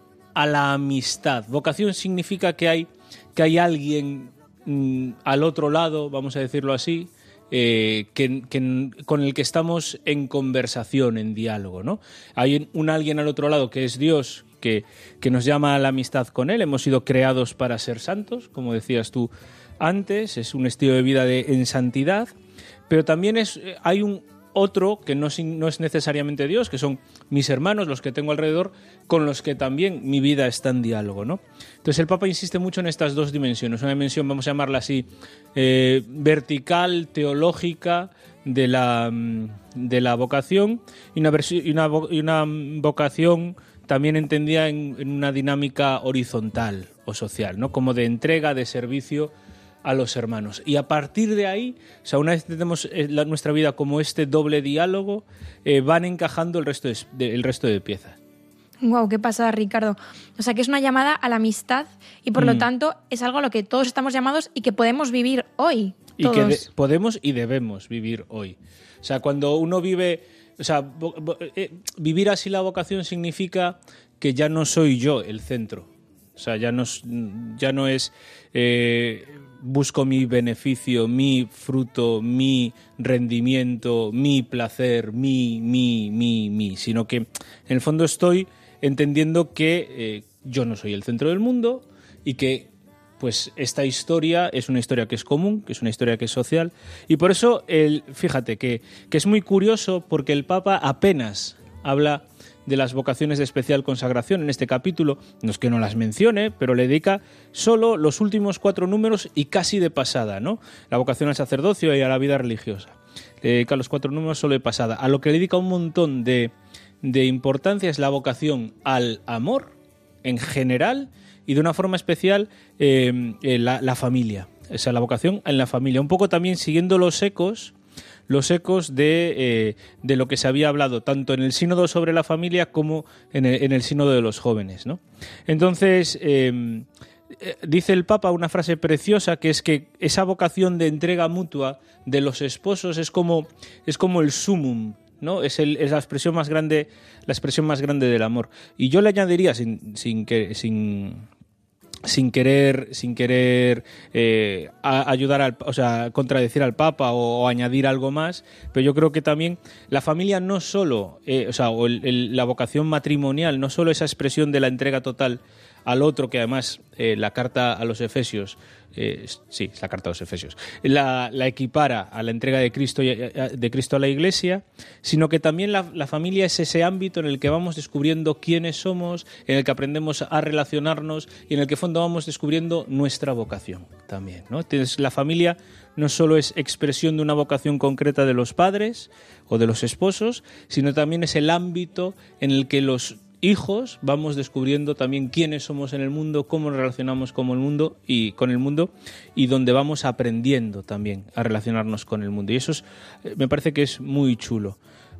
a la amistad. Vocación significa que hay que hay alguien mmm, al otro lado, vamos a decirlo así, eh, que, que, con el que estamos en conversación, en diálogo, ¿no? Hay un alguien al otro lado que es Dios, que, que nos llama a la amistad con Él. Hemos sido creados para ser santos, como decías tú antes, es un estilo de vida de, en santidad, pero también es hay un otro que no, no es necesariamente Dios, que son mis hermanos, los que tengo alrededor, con los que también mi vida está en diálogo, ¿no? Entonces el Papa insiste mucho en estas dos dimensiones, una dimensión, vamos a llamarla así, eh, vertical, teológica, de la, de la vocación, y una, y una, y una vocación también entendida en, en una dinámica horizontal o social, ¿no? Como de entrega, de servicio a los hermanos. Y a partir de ahí, o sea, una vez tenemos la, nuestra vida como este doble diálogo, eh, van encajando el resto de, de, el resto de piezas. Wow, qué pasada, Ricardo. O sea, que es una llamada a la amistad y por mm. lo tanto es algo a lo que todos estamos llamados y que podemos vivir hoy. Todos. Y que de, podemos y debemos vivir hoy. O sea, cuando uno vive... O sea, vo, vo, eh, vivir así la vocación significa que ya no soy yo el centro. O sea, ya no, ya no es... Eh, busco mi beneficio, mi fruto, mi rendimiento, mi placer, mi, mi, mi, mi, sino que en el fondo estoy entendiendo que eh, yo no soy el centro del mundo y que pues esta historia es una historia que es común, que es una historia que es social, y por eso, el, fíjate, que, que es muy curioso porque el Papa apenas habla de las vocaciones de especial consagración en este capítulo, no es que no las mencione, pero le dedica solo los últimos cuatro números y casi de pasada, ¿no? La vocación al sacerdocio y a la vida religiosa. Le dedica los cuatro números solo de pasada. A lo que le dedica un montón de, de importancia es la vocación al amor en general y de una forma especial eh, eh, la, la familia. O sea, la vocación en la familia. Un poco también siguiendo los ecos los ecos de, eh, de lo que se había hablado tanto en el sínodo sobre la familia como en el, en el sínodo de los jóvenes, ¿no? Entonces, eh, dice el Papa una frase preciosa, que es que esa vocación de entrega mutua de los esposos es como, es como el sumum, ¿no? Es, el, es la expresión más grande, la expresión más grande del amor. Y yo le añadiría, sin, sin, que, sin, sin querer sin querer eh, a, ayudar al, o sea, contradecir al Papa o, o añadir algo más, pero yo creo que también la familia no solo, eh, o sea, o el, el, la vocación matrimonial, no solo esa expresión de la entrega total al otro, que además eh, la carta a los Efesios, eh, sí, es la carta a los Efesios, la, la equipara a la entrega de Cristo, y a, de Cristo a la Iglesia, sino que también la, la familia es ese ámbito en el que vamos descubriendo quiénes somos, en el que aprendemos a relacionarnos y en el que en fondo vamos descubriendo nuestra vocación también, ¿no? Entonces, la familia no solo es expresión de una vocación concreta de los padres o de los esposos, sino también es el ámbito en el que los hijos vamos descubriendo también quiénes somos en el mundo, cómo nos relacionamos con el mundo y con el mundo y donde vamos aprendiendo también a relacionarnos con el mundo. Y eso es, me parece que es muy chulo.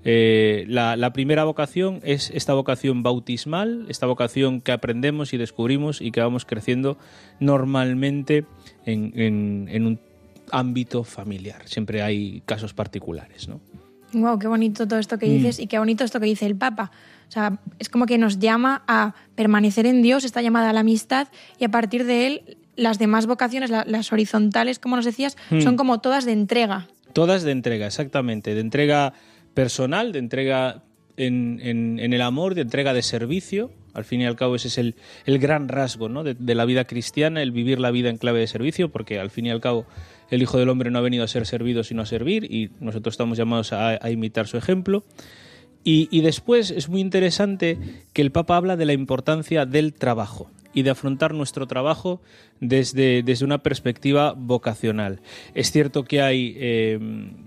Eh, la, la primera vocación es esta vocación bautismal, esta vocación que aprendemos y descubrimos y que vamos creciendo normalmente en, en, en un ámbito familiar. Siempre hay casos particulares, ¿no? Wow, qué bonito todo esto que dices mm. y qué bonito esto que dice el Papa. O sea, es como que nos llama a permanecer en Dios, está llamada a la amistad, y a partir de él las demás vocaciones, la, las horizontales, como nos decías, mm. son como todas de entrega. Todas de entrega, exactamente, de entrega personal, de entrega en, en, en el amor, de entrega de servicio. Al fin y al cabo ese es el, el gran rasgo, ¿no? de, de la vida cristiana, el vivir la vida en clave de servicio, porque al fin y al cabo el Hijo del Hombre no ha venido a ser servido sino a servir, y nosotros estamos llamados a, a imitar su ejemplo. Y, y después es muy interesante que el Papa habla de la importancia del trabajo y de afrontar nuestro trabajo desde, desde una perspectiva vocacional. Es cierto que hay eh,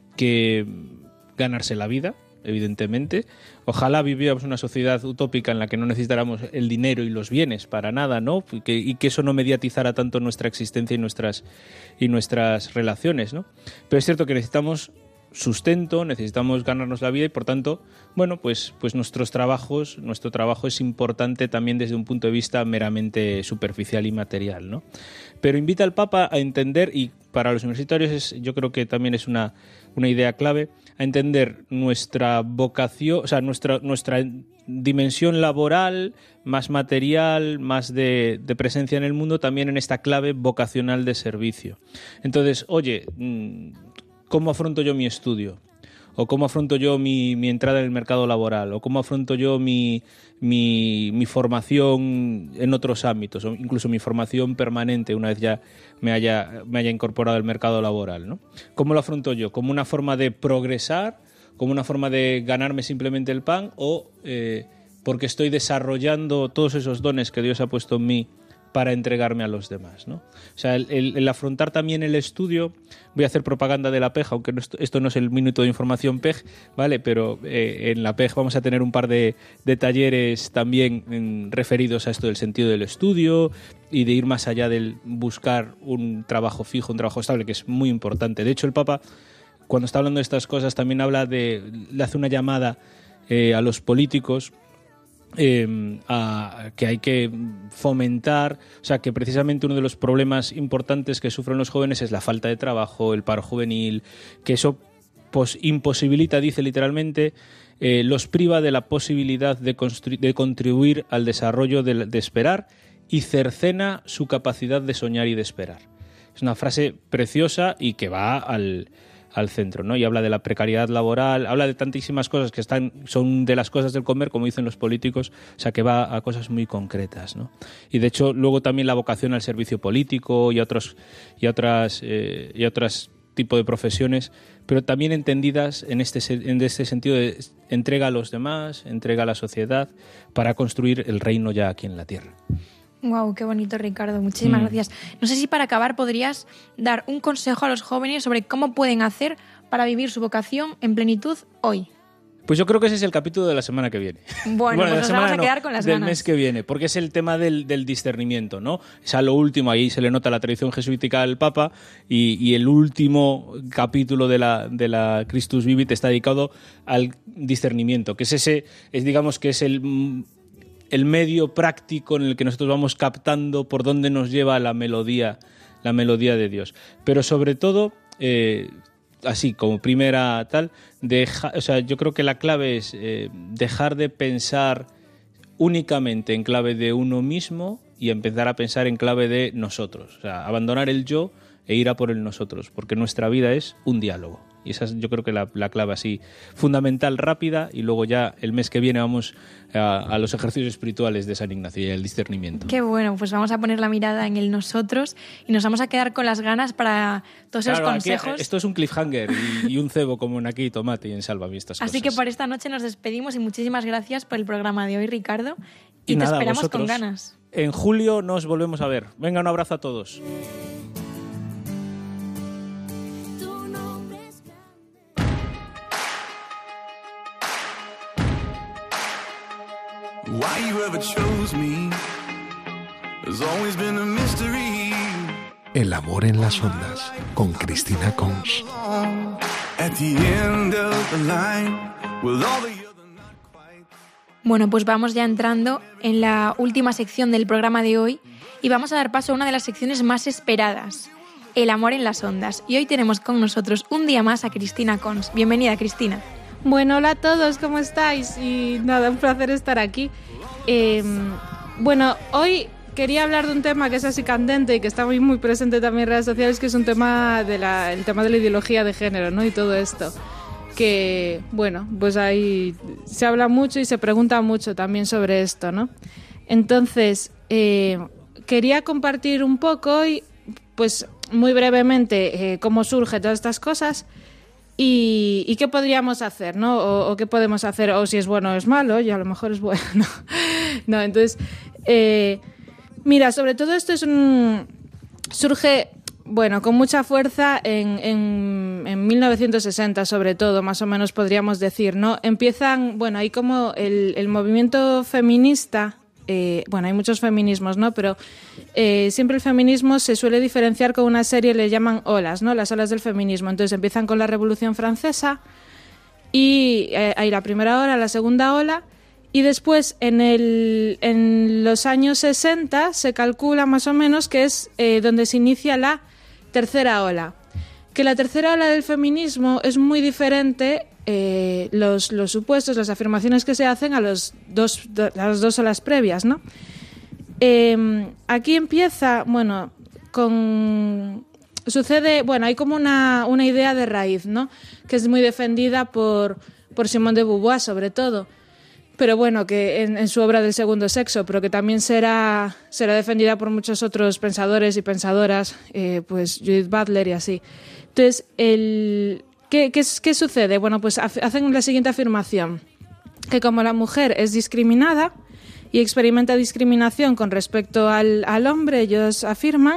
que ganarse la vida, evidentemente. Ojalá viviéramos una sociedad utópica en la que no necesitáramos el dinero y los bienes para nada, ¿no? Y que, y que eso no mediatizara tanto nuestra existencia y nuestras, y nuestras relaciones, ¿no? Pero es cierto que necesitamos sustento, necesitamos ganarnos la vida y por tanto, bueno, pues, pues nuestros trabajos, nuestro trabajo es importante también desde un punto de vista meramente superficial y material, ¿no? Pero invita al Papa a entender, y para los universitarios es, yo creo que también es una, una idea clave, a entender nuestra vocación, o sea, nuestra, nuestra dimensión laboral, más material, más de, de presencia en el mundo, también en esta clave vocacional de servicio. Entonces, oye, ¿cómo afronto yo mi estudio? ¿O cómo afronto yo mi, mi entrada en el mercado laboral? ¿O cómo afronto yo mi, mi, mi formación en otros ámbitos? O incluso mi formación permanente una vez ya me haya, me haya incorporado al mercado laboral, ¿no? ¿Cómo lo afronto yo? ¿Como una forma de progresar? ¿Como una forma de ganarme simplemente el pan? ¿O eh, porque estoy desarrollando todos esos dones que Dios ha puesto en mí para entregarme a los demás, ¿no? O sea, el, el, el afrontar también el estudio, voy a hacer propaganda de la P E G, aunque no, esto no es el minuto de información P E G, ¿vale? Pero eh, en la P E G vamos a tener un par de, de talleres también en, referidos a esto del sentido del estudio y de ir más allá del buscar un trabajo fijo, un trabajo estable, que es muy importante. De hecho, el Papa, cuando está hablando de estas cosas, también habla de, le hace una llamada eh, a los políticos, Eh, a, que hay que fomentar, o sea, que precisamente uno de los problemas importantes que sufren los jóvenes es la falta de trabajo, el paro juvenil, que eso pues, imposibilita, dice literalmente, eh, los priva de la posibilidad de, de contribuir al desarrollo de, de esperar y cercena su capacidad de soñar y de esperar. Es una frase preciosa y que va al... al centro, ¿no? Y habla de la precariedad laboral, habla de tantísimas cosas que están son de las cosas del comer, como dicen los políticos, o sea, que va a cosas muy concretas, ¿no? Y de hecho, luego también la vocación al servicio político y a otros y a otras eh, y a otros tipo de profesiones, pero también entendidas en este en este sentido de entrega a los demás, entrega a la sociedad para construir el reino ya aquí en la tierra. Wow, qué bonito, Ricardo. Muchísimas mm. gracias. No sé si para acabar podrías dar un consejo a los jóvenes sobre cómo pueden hacer para vivir su vocación en plenitud hoy. Pues yo creo que ese es el capítulo de la semana que viene. Bueno, bueno pues nos vamos a no, quedar con las del ganas. Del mes que viene, porque es el tema del, del discernimiento, ¿no? Es a lo último, ahí se le nota la tradición jesuítica del Papa y, y el último capítulo de la, de la Christus Vivit está dedicado al discernimiento, que es ese, es digamos que es el... el medio práctico en el que nosotros vamos captando por dónde nos lleva la melodía, la melodía de Dios. Pero sobre todo, eh, así como primera tal, deja, o sea, yo creo que la clave es eh, dejar de pensar únicamente en clave de uno mismo y empezar a pensar en clave de nosotros. O sea, abandonar el yo e ir a por el nosotros, porque nuestra vida es un diálogo. Y esa es, yo creo que la, la clave así fundamental, rápida, y luego ya el mes que viene vamos a, a los ejercicios espirituales de San Ignacio y el discernimiento. Qué bueno, pues vamos a poner la mirada en el nosotros y nos vamos a quedar con las ganas para todos claro, esos consejos. Aquí, esto es un cliffhanger y, y un cebo como en Aquí Tomate y en Sálvame estas cosas. Así que por esta noche nos despedimos y muchísimas gracias por el programa de hoy, Ricardo. Y, y te nada, esperamos vosotros, con ganas. En julio nos volvemos a ver. Venga, un abrazo a todos. Why you ever chose me has always been a mystery. El amor en las ondas, con Cristina Cons. At the end of the line, will all the Bueno, pues vamos ya entrando en la última sección del programa de hoy y vamos a dar paso a una de las secciones más esperadas, el amor en las ondas. Y hoy tenemos con nosotros un día más a Cristina Cons. Bienvenida, Cristina. Bueno, hola a todos, ¿cómo estáis? Y nada, un placer estar aquí. Eh, bueno, hoy quería hablar de un tema que es así candente y que está muy, muy presente también en redes sociales, que es un tema de la, el tema de la ideología de género, ¿no? Y todo esto. Que, bueno, pues ahí se habla mucho y se pregunta mucho también sobre esto, ¿no? Entonces, eh, quería compartir un poco hoy, pues muy brevemente, eh, cómo surge todas estas cosas. Y, y qué podríamos hacer, ¿no? O, o qué podemos hacer, o si es bueno o es malo, y a lo mejor es bueno. No, entonces, eh, mira, sobre todo esto es un surge, bueno, con mucha fuerza en, en, en mil novecientos sesenta, sobre todo, más o menos podríamos decir, ¿no? Empiezan, bueno, hay como el, el movimiento feminista. Eh, bueno, hay muchos feminismos, ¿no? Pero eh, siempre el feminismo se suele diferenciar con una serie, le llaman olas, ¿no? Las olas del feminismo. Entonces empiezan con la Revolución Francesa y eh, hay la primera ola, la segunda ola, y después en, el, en los años sesenta se calcula más o menos que es eh, donde se inicia la tercera ola. Que la tercera ola del feminismo es muy diferente. Eh, los, los supuestos, las afirmaciones que se hacen a, los dos, a las dos olas previas, ¿no? Eh, aquí empieza, bueno, con... Sucede, bueno, hay como una, una idea de raíz, ¿no? Que es muy defendida por, por Simone de Beauvoir, sobre todo. Pero bueno, que en, en su obra del segundo sexo, pero que también será, será defendida por muchos otros pensadores y pensadoras, eh, pues Judith Butler y así. Entonces, el... ¿Qué, qué, ¿Qué sucede? Bueno, pues hacen la siguiente afirmación, que como la mujer es discriminada y experimenta discriminación con respecto al, al hombre, ellos afirman,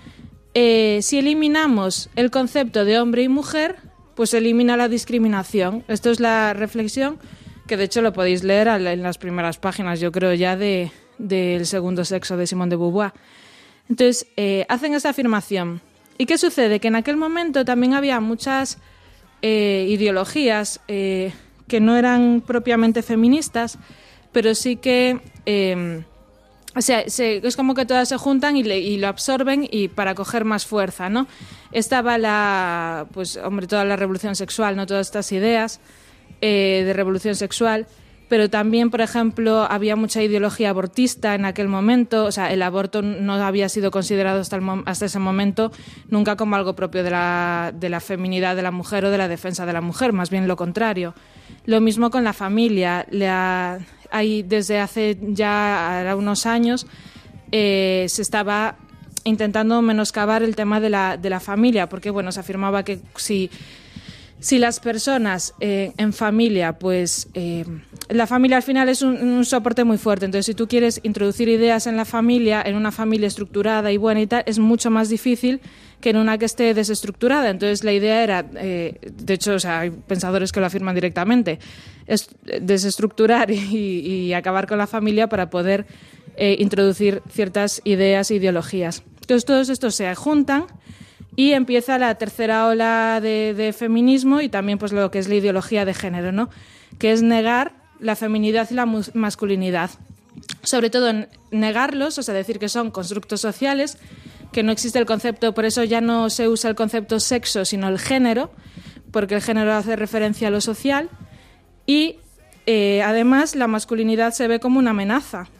eh, si eliminamos el concepto de hombre y mujer, pues se elimina la discriminación. Esto es la reflexión que de hecho lo podéis leer en las primeras páginas, yo creo ya, de, del segundo sexo de Simone de Beauvoir. Entonces, eh, hacen esta afirmación. ¿Y qué sucede? Que en aquel momento también había muchas... Eh, ideologías eh, que no eran propiamente feministas, pero sí que eh, o sea, se, es como que todas se juntan y, le, y lo absorben y para coger más fuerza, ¿no? Estaba la, pues hombre, toda la revolución sexual, ¿no? Todas estas ideas eh, de revolución sexual, pero también, por ejemplo, había mucha ideología abortista en aquel momento. O sea, el aborto no había sido considerado hasta, el mom- hasta ese momento nunca como algo propio de la, de la feminidad de la mujer o de la defensa de la mujer, más bien lo contrario. Lo mismo con la familia. La, hay, desde hace ya unos años eh, se estaba intentando menoscabar el tema de la, de la familia, porque bueno, se afirmaba que si... Si las personas eh, en familia, pues eh, la familia al final es un, un soporte muy fuerte. Entonces, si tú quieres introducir ideas en la familia, en una familia estructurada y buena y tal, es mucho más difícil que en una que esté desestructurada. Entonces, la idea era, eh, de hecho, o sea, hay pensadores que lo afirman directamente, es desestructurar y, y acabar con la familia para poder eh, introducir ciertas ideas e ideologías. Entonces, todos estos se juntan. Y empieza la tercera ola de, de feminismo y también pues lo que es la ideología de género, ¿no? Que es negar la feminidad y la mus- masculinidad. Sobre todo en negarlos, o sea, decir que son constructos sociales, que no existe el concepto, por eso ya no se usa el concepto sexo, sino el género, porque el género hace referencia a lo social. Y eh, además la masculinidad se ve como una amenaza.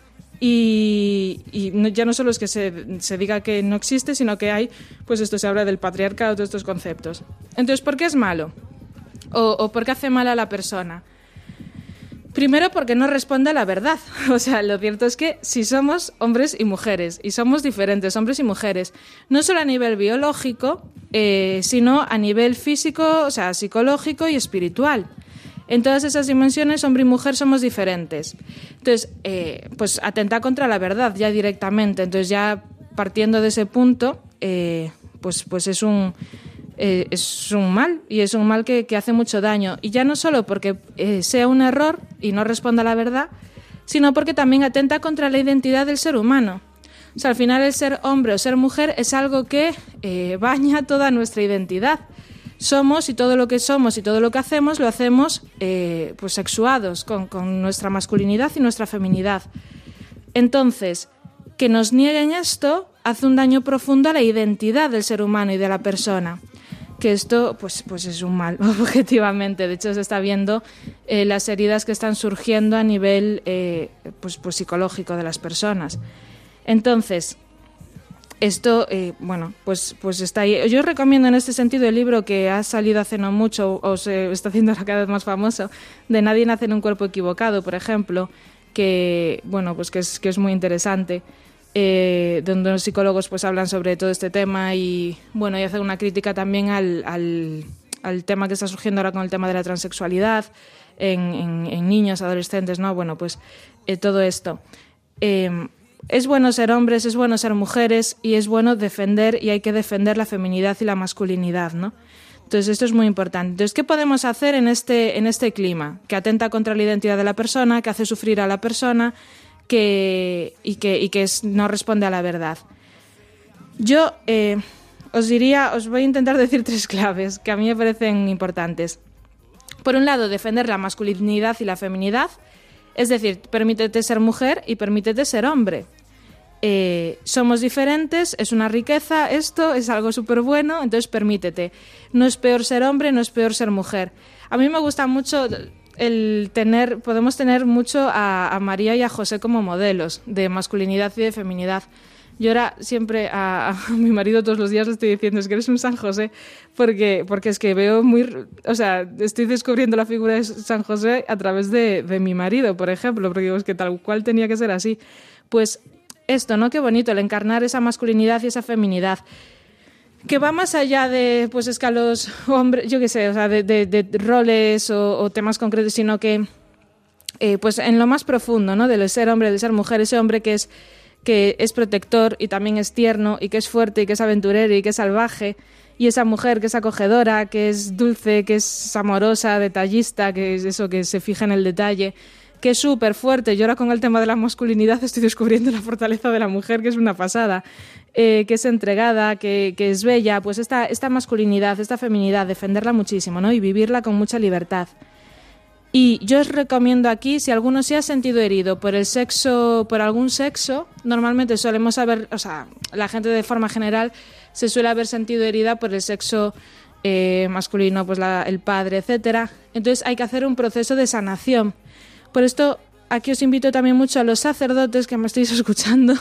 Y, y no, ya no solo es que se, se diga que no existe, sino que hay, pues esto se habla del patriarcado, todos estos conceptos. Entonces, ¿por qué es malo? O, o ¿por qué hace mal a la persona? Primero porque no responde a la verdad. O sea, lo cierto es que si somos hombres y mujeres, y somos diferentes, hombres y mujeres, no solo a nivel biológico, eh, sino a nivel físico, o sea, psicológico y espiritual. En todas esas dimensiones, hombre y mujer somos diferentes. Entonces, eh, pues atenta contra la verdad ya directamente. Entonces, ya partiendo de ese punto, eh, pues, pues es un... Eh, es un mal, y es un mal que, que hace mucho daño. Y ya no solo porque eh, sea un error y no responda a la verdad, sino porque también atenta contra la identidad del ser humano. O sea, al final el ser hombre o ser mujer es algo que eh, baña toda nuestra identidad. Somos, y todo lo que somos y todo lo que hacemos, lo hacemos eh, pues sexuados con, con nuestra masculinidad y nuestra feminidad. Entonces, que nos nieguen esto hace un daño profundo a la identidad del ser humano y de la persona. Que esto pues, pues es un mal, objetivamente. De hecho, se está viendo eh, las heridas que están surgiendo a nivel eh, pues, pues psicológico de las personas. Entonces, esto, eh, bueno, pues, pues está ahí. Yo recomiendo en este sentido el libro que ha salido hace no mucho, o se está haciendo cada vez más famoso, de Nadie nace en un cuerpo equivocado, por ejemplo, que, bueno, pues que es, que es muy interesante. Eh, donde los psicólogos pues hablan sobre todo este tema y bueno y hacen una crítica también al, al, al tema que está surgiendo ahora con el tema de la transexualidad en, en, en niños, adolescentes, ¿no? Bueno, pues eh, todo esto. Eh, es bueno ser hombres, es bueno ser mujeres y es bueno defender y hay que defender la feminidad y la masculinidad, ¿no? Entonces esto es muy importante. Entonces, ¿qué podemos hacer en este, en este clima que atenta contra la identidad de la persona, que hace sufrir a la persona? Que, y que, y que es, no responde a la verdad. Yo eh, os diría, os voy a intentar decir tres claves que a mí me parecen importantes. Por un lado, defender la masculinidad y la feminidad, es decir, permítete ser mujer y permítete ser hombre. Eh, somos diferentes, es una riqueza, esto es algo súper bueno, entonces permítete. No es peor ser hombre, no es peor ser mujer. A mí me gusta mucho... el tener, podemos tener mucho a, a María y a José como modelos de masculinidad y de feminidad. Yo ahora siempre a, a mi marido todos los días le estoy diciendo es que eres un San José porque, porque es que veo muy, o sea, estoy descubriendo la figura de San José a través de, de mi marido, por ejemplo, porque digo, es que tal cual tenía que ser así. Pues esto, ¿no? Qué bonito el encarnar esa masculinidad y esa feminidad. Que va más allá de, pues es que a los hombres, yo qué sé, o sea, de, de, de roles o, o temas concretos, sino que, eh, pues en lo más profundo, ¿no? Del ser hombre, del ser mujer, ese hombre que es, que es protector y también es tierno y que es fuerte y que es aventurero y que es salvaje, y esa mujer que es acogedora, que es dulce, que es amorosa, detallista, que es eso, que se fija en el detalle, que es súper fuerte. Yo ahora con el tema de la masculinidad estoy descubriendo la fortaleza de la mujer, que es una pasada. Eh, que es entregada, que, que es bella, pues esta, esta masculinidad, esta feminidad, defenderla muchísimo, ¿no? Y vivirla con mucha libertad. Y yo os recomiendo aquí, si alguno se ha sentido herido por el sexo, por algún sexo, normalmente solemos haber, o sea, la gente de forma general se suele haber sentido herida por el sexo eh, masculino, pues la, el padre, etcétera. Entonces hay que hacer un proceso de sanación. Por esto, aquí os invito también mucho a los sacerdotes que me estáis escuchando,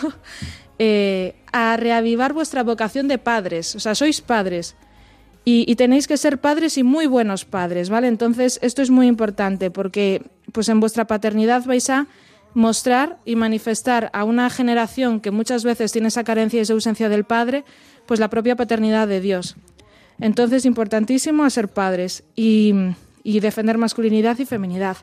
Eh, a reavivar vuestra vocación de padres. O sea, sois padres y, y tenéis que ser padres y muy buenos padres, ¿vale? Entonces, esto es muy importante porque pues en vuestra paternidad vais a mostrar y manifestar a una generación que muchas veces tiene esa carencia y esa ausencia del padre, pues la propia paternidad de Dios. Entonces, importantísimo a ser padres y, y defender masculinidad y feminidad.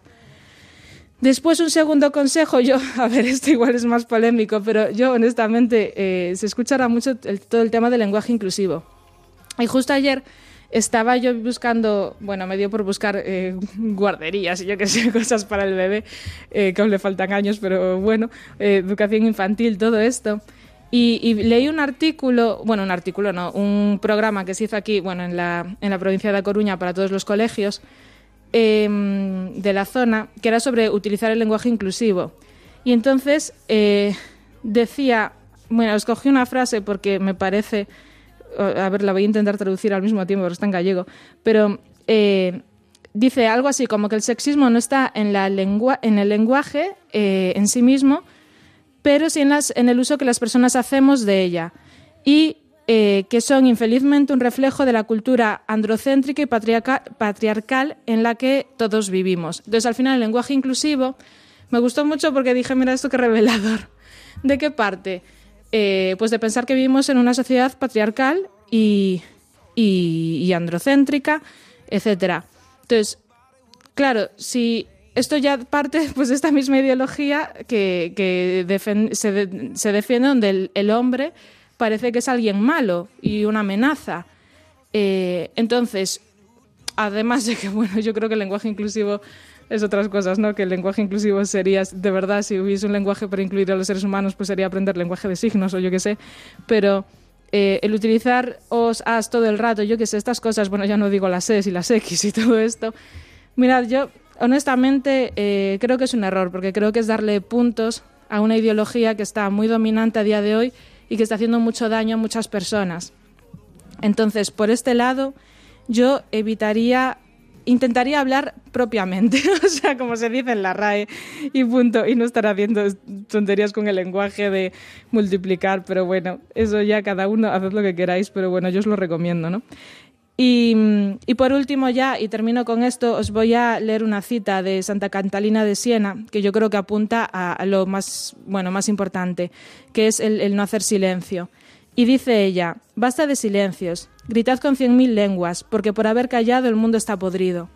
Después, un segundo consejo, yo, a ver, esto igual es más polémico, pero yo honestamente eh, se escuchará mucho el, todo el tema del lenguaje inclusivo. Y justo ayer estaba yo buscando, bueno, me dio por buscar eh, guarderías y yo qué sé, cosas para el bebé, eh, que aún le faltan años, pero bueno, eh, educación infantil, todo esto. Y, y leí un artículo, bueno, un artículo no, un programa que se hizo aquí, bueno, en la, en la provincia de A Coruña para todos los colegios, Eh, de la zona, que era sobre utilizar el lenguaje inclusivo. Y entonces eh, decía, bueno, escogí una frase porque me parece, a ver, la voy a intentar traducir al mismo tiempo, pero está en gallego, pero eh, dice algo así como que el sexismo no está en, la lengua, en el lenguaje eh, en sí mismo, pero sí en, las, en el uso que las personas hacemos de ella, y eh, que son infelizmente un reflejo de la cultura androcéntrica y patriarca, patriarcal en la que todos vivimos. Entonces, al final, el lenguaje inclusivo me gustó mucho porque dije, mira, esto qué revelador. ¿De qué parte? Eh, pues de pensar que vivimos en una sociedad patriarcal y, y, y androcéntrica, etcétera. Entonces, claro, si esto ya parte pues de esta misma ideología que, que defen- se, de- se defiende, donde el, el hombre parece que es alguien malo y una amenaza. Eh, entonces, además de que, bueno, yo creo que el lenguaje inclusivo es otras cosas, ¿no? Que el lenguaje inclusivo sería, de verdad, si hubiese un lenguaje para incluir a los seres humanos, pues sería aprender lenguaje de signos o yo qué sé, pero eh, el utilizar os, as todo el rato, yo qué sé, estas cosas, bueno, ya no digo las es y las x y todo esto. Mirad, yo honestamente eh, creo que es un error, porque creo que es darle puntos a una ideología que está muy dominante a día de hoy y que está haciendo mucho daño a muchas personas. Entonces, por este lado, yo evitaría, intentaría hablar propiamente, o sea, como se dice en la R A E y punto, y no estar haciendo tonterías con el lenguaje de multiplicar, pero bueno, eso ya cada uno, haced lo que queráis, pero bueno, yo os lo recomiendo, ¿no? Y, y por último ya, y termino con esto, os voy a leer una cita de Santa Catalina de Siena, que yo creo que apunta a, a lo más, bueno, más importante, que es el, el no hacer silencio. Y dice ella, basta de silencios, gritad con cien mil lenguas, porque por haber callado el mundo está podrido.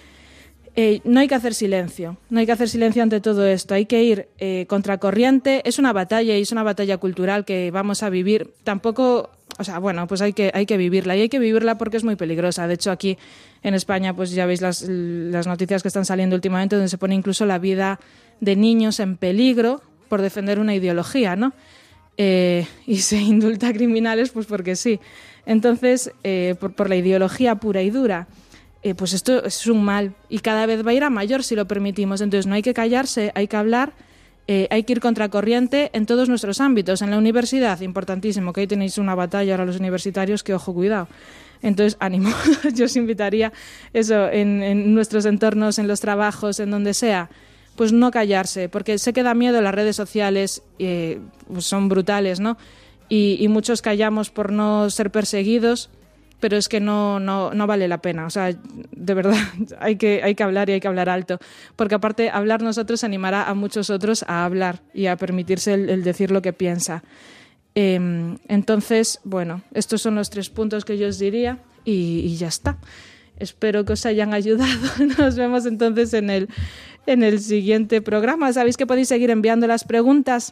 Eh, no hay que hacer silencio, no hay que hacer silencio ante todo esto, hay que ir eh, contracorriente, es una batalla y es una batalla cultural que vamos a vivir, tampoco, o sea, bueno, pues hay que, hay que vivirla y hay que vivirla porque es muy peligrosa. De hecho, aquí en España, pues ya veis las, las noticias que están saliendo últimamente, donde se pone incluso la vida de niños en peligro por defender una ideología, ¿no? Eh, y se indulta a criminales pues porque sí. Entonces, eh, por, por la ideología pura y dura, eh, pues esto es un mal y cada vez va a ir a mayor si lo permitimos. Entonces no hay que callarse, hay que hablar, eh, hay que ir contracorriente en todos nuestros ámbitos. En la universidad, importantísimo, que ahí tenéis una batalla ahora los universitarios, que ojo, cuidado. Entonces, ánimo, yo os invitaría eso en, en nuestros entornos, en los trabajos, en donde sea, pues no callarse, porque sé que da miedo, las redes sociales eh, pues son brutales, ¿no? Y, y muchos callamos por no ser perseguidos, pero es que no, no, no vale la pena. O sea, de verdad, hay que, hay que hablar y hay que hablar alto, porque aparte hablar nosotros animará a muchos otros a hablar y a permitirse el, el decir lo que piensa. Eh, entonces, bueno, estos son los tres puntos que yo os diría y, y ya está. Espero que os hayan ayudado. Nos vemos entonces en el, en el siguiente programa. Sabéis que podéis seguir enviando las preguntas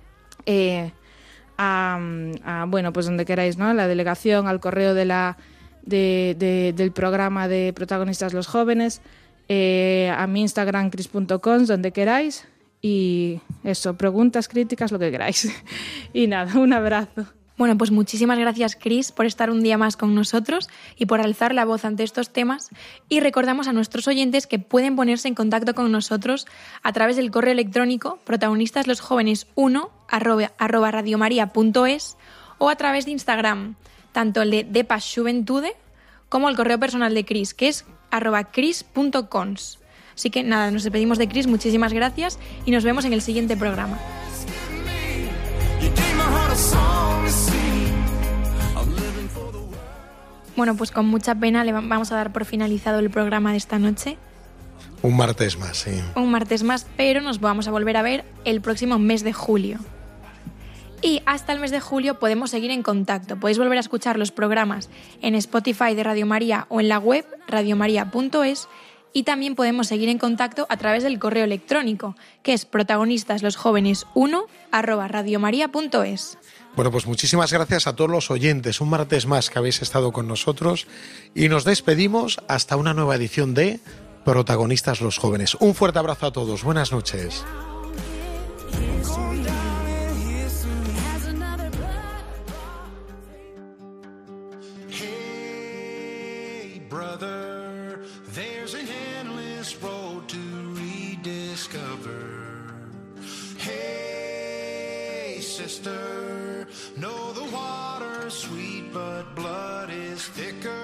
eh, a, a, bueno, pues donde queráis, ¿no? A la delegación, al correo de la, de, de, del programa de Protagonistas los Jóvenes, eh, a mi Instagram, cris punto cons, donde queráis. Y eso, preguntas, críticas, lo que queráis. Y nada, un abrazo. Bueno, pues muchísimas gracias, Cris, por estar un día más con nosotros y por alzar la voz ante estos temas. Y recordamos a nuestros oyentes que pueden ponerse en contacto con nosotros a través del correo electrónico protagonistaslosjóvenes1 arroba, arroba radiomaria.es o a través de Instagram, tanto el de Depas Juventude como el correo personal de Cris, que es arroba cris punto cons. Así que nada, nos despedimos de Cris, muchísimas gracias y nos vemos en el siguiente programa. Bueno, pues con mucha pena le vamos a dar por finalizado el programa de esta noche. Un martes más, sí. Un martes más, pero nos vamos a volver a ver el próximo mes de julio. Y hasta el mes de julio podemos seguir en contacto. Podéis volver a escuchar los programas en Spotify de Radio María o en la web radiomaria punto es. Y también podemos seguir en contacto a través del correo electrónico, que es protagonistaslosjóvenes1 arroba radiomaria punto es. Bueno, pues muchísimas gracias a todos los oyentes. Un martes más que habéis estado con nosotros y nos despedimos hasta una nueva edición de Protagonistas los Jóvenes. Un fuerte abrazo a todos. Buenas noches.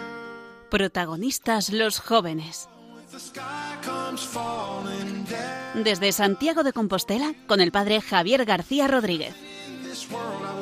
Protagonistas los Jóvenes. desde Santiago de Compostela con el padre Javier García Rodríguez. This world I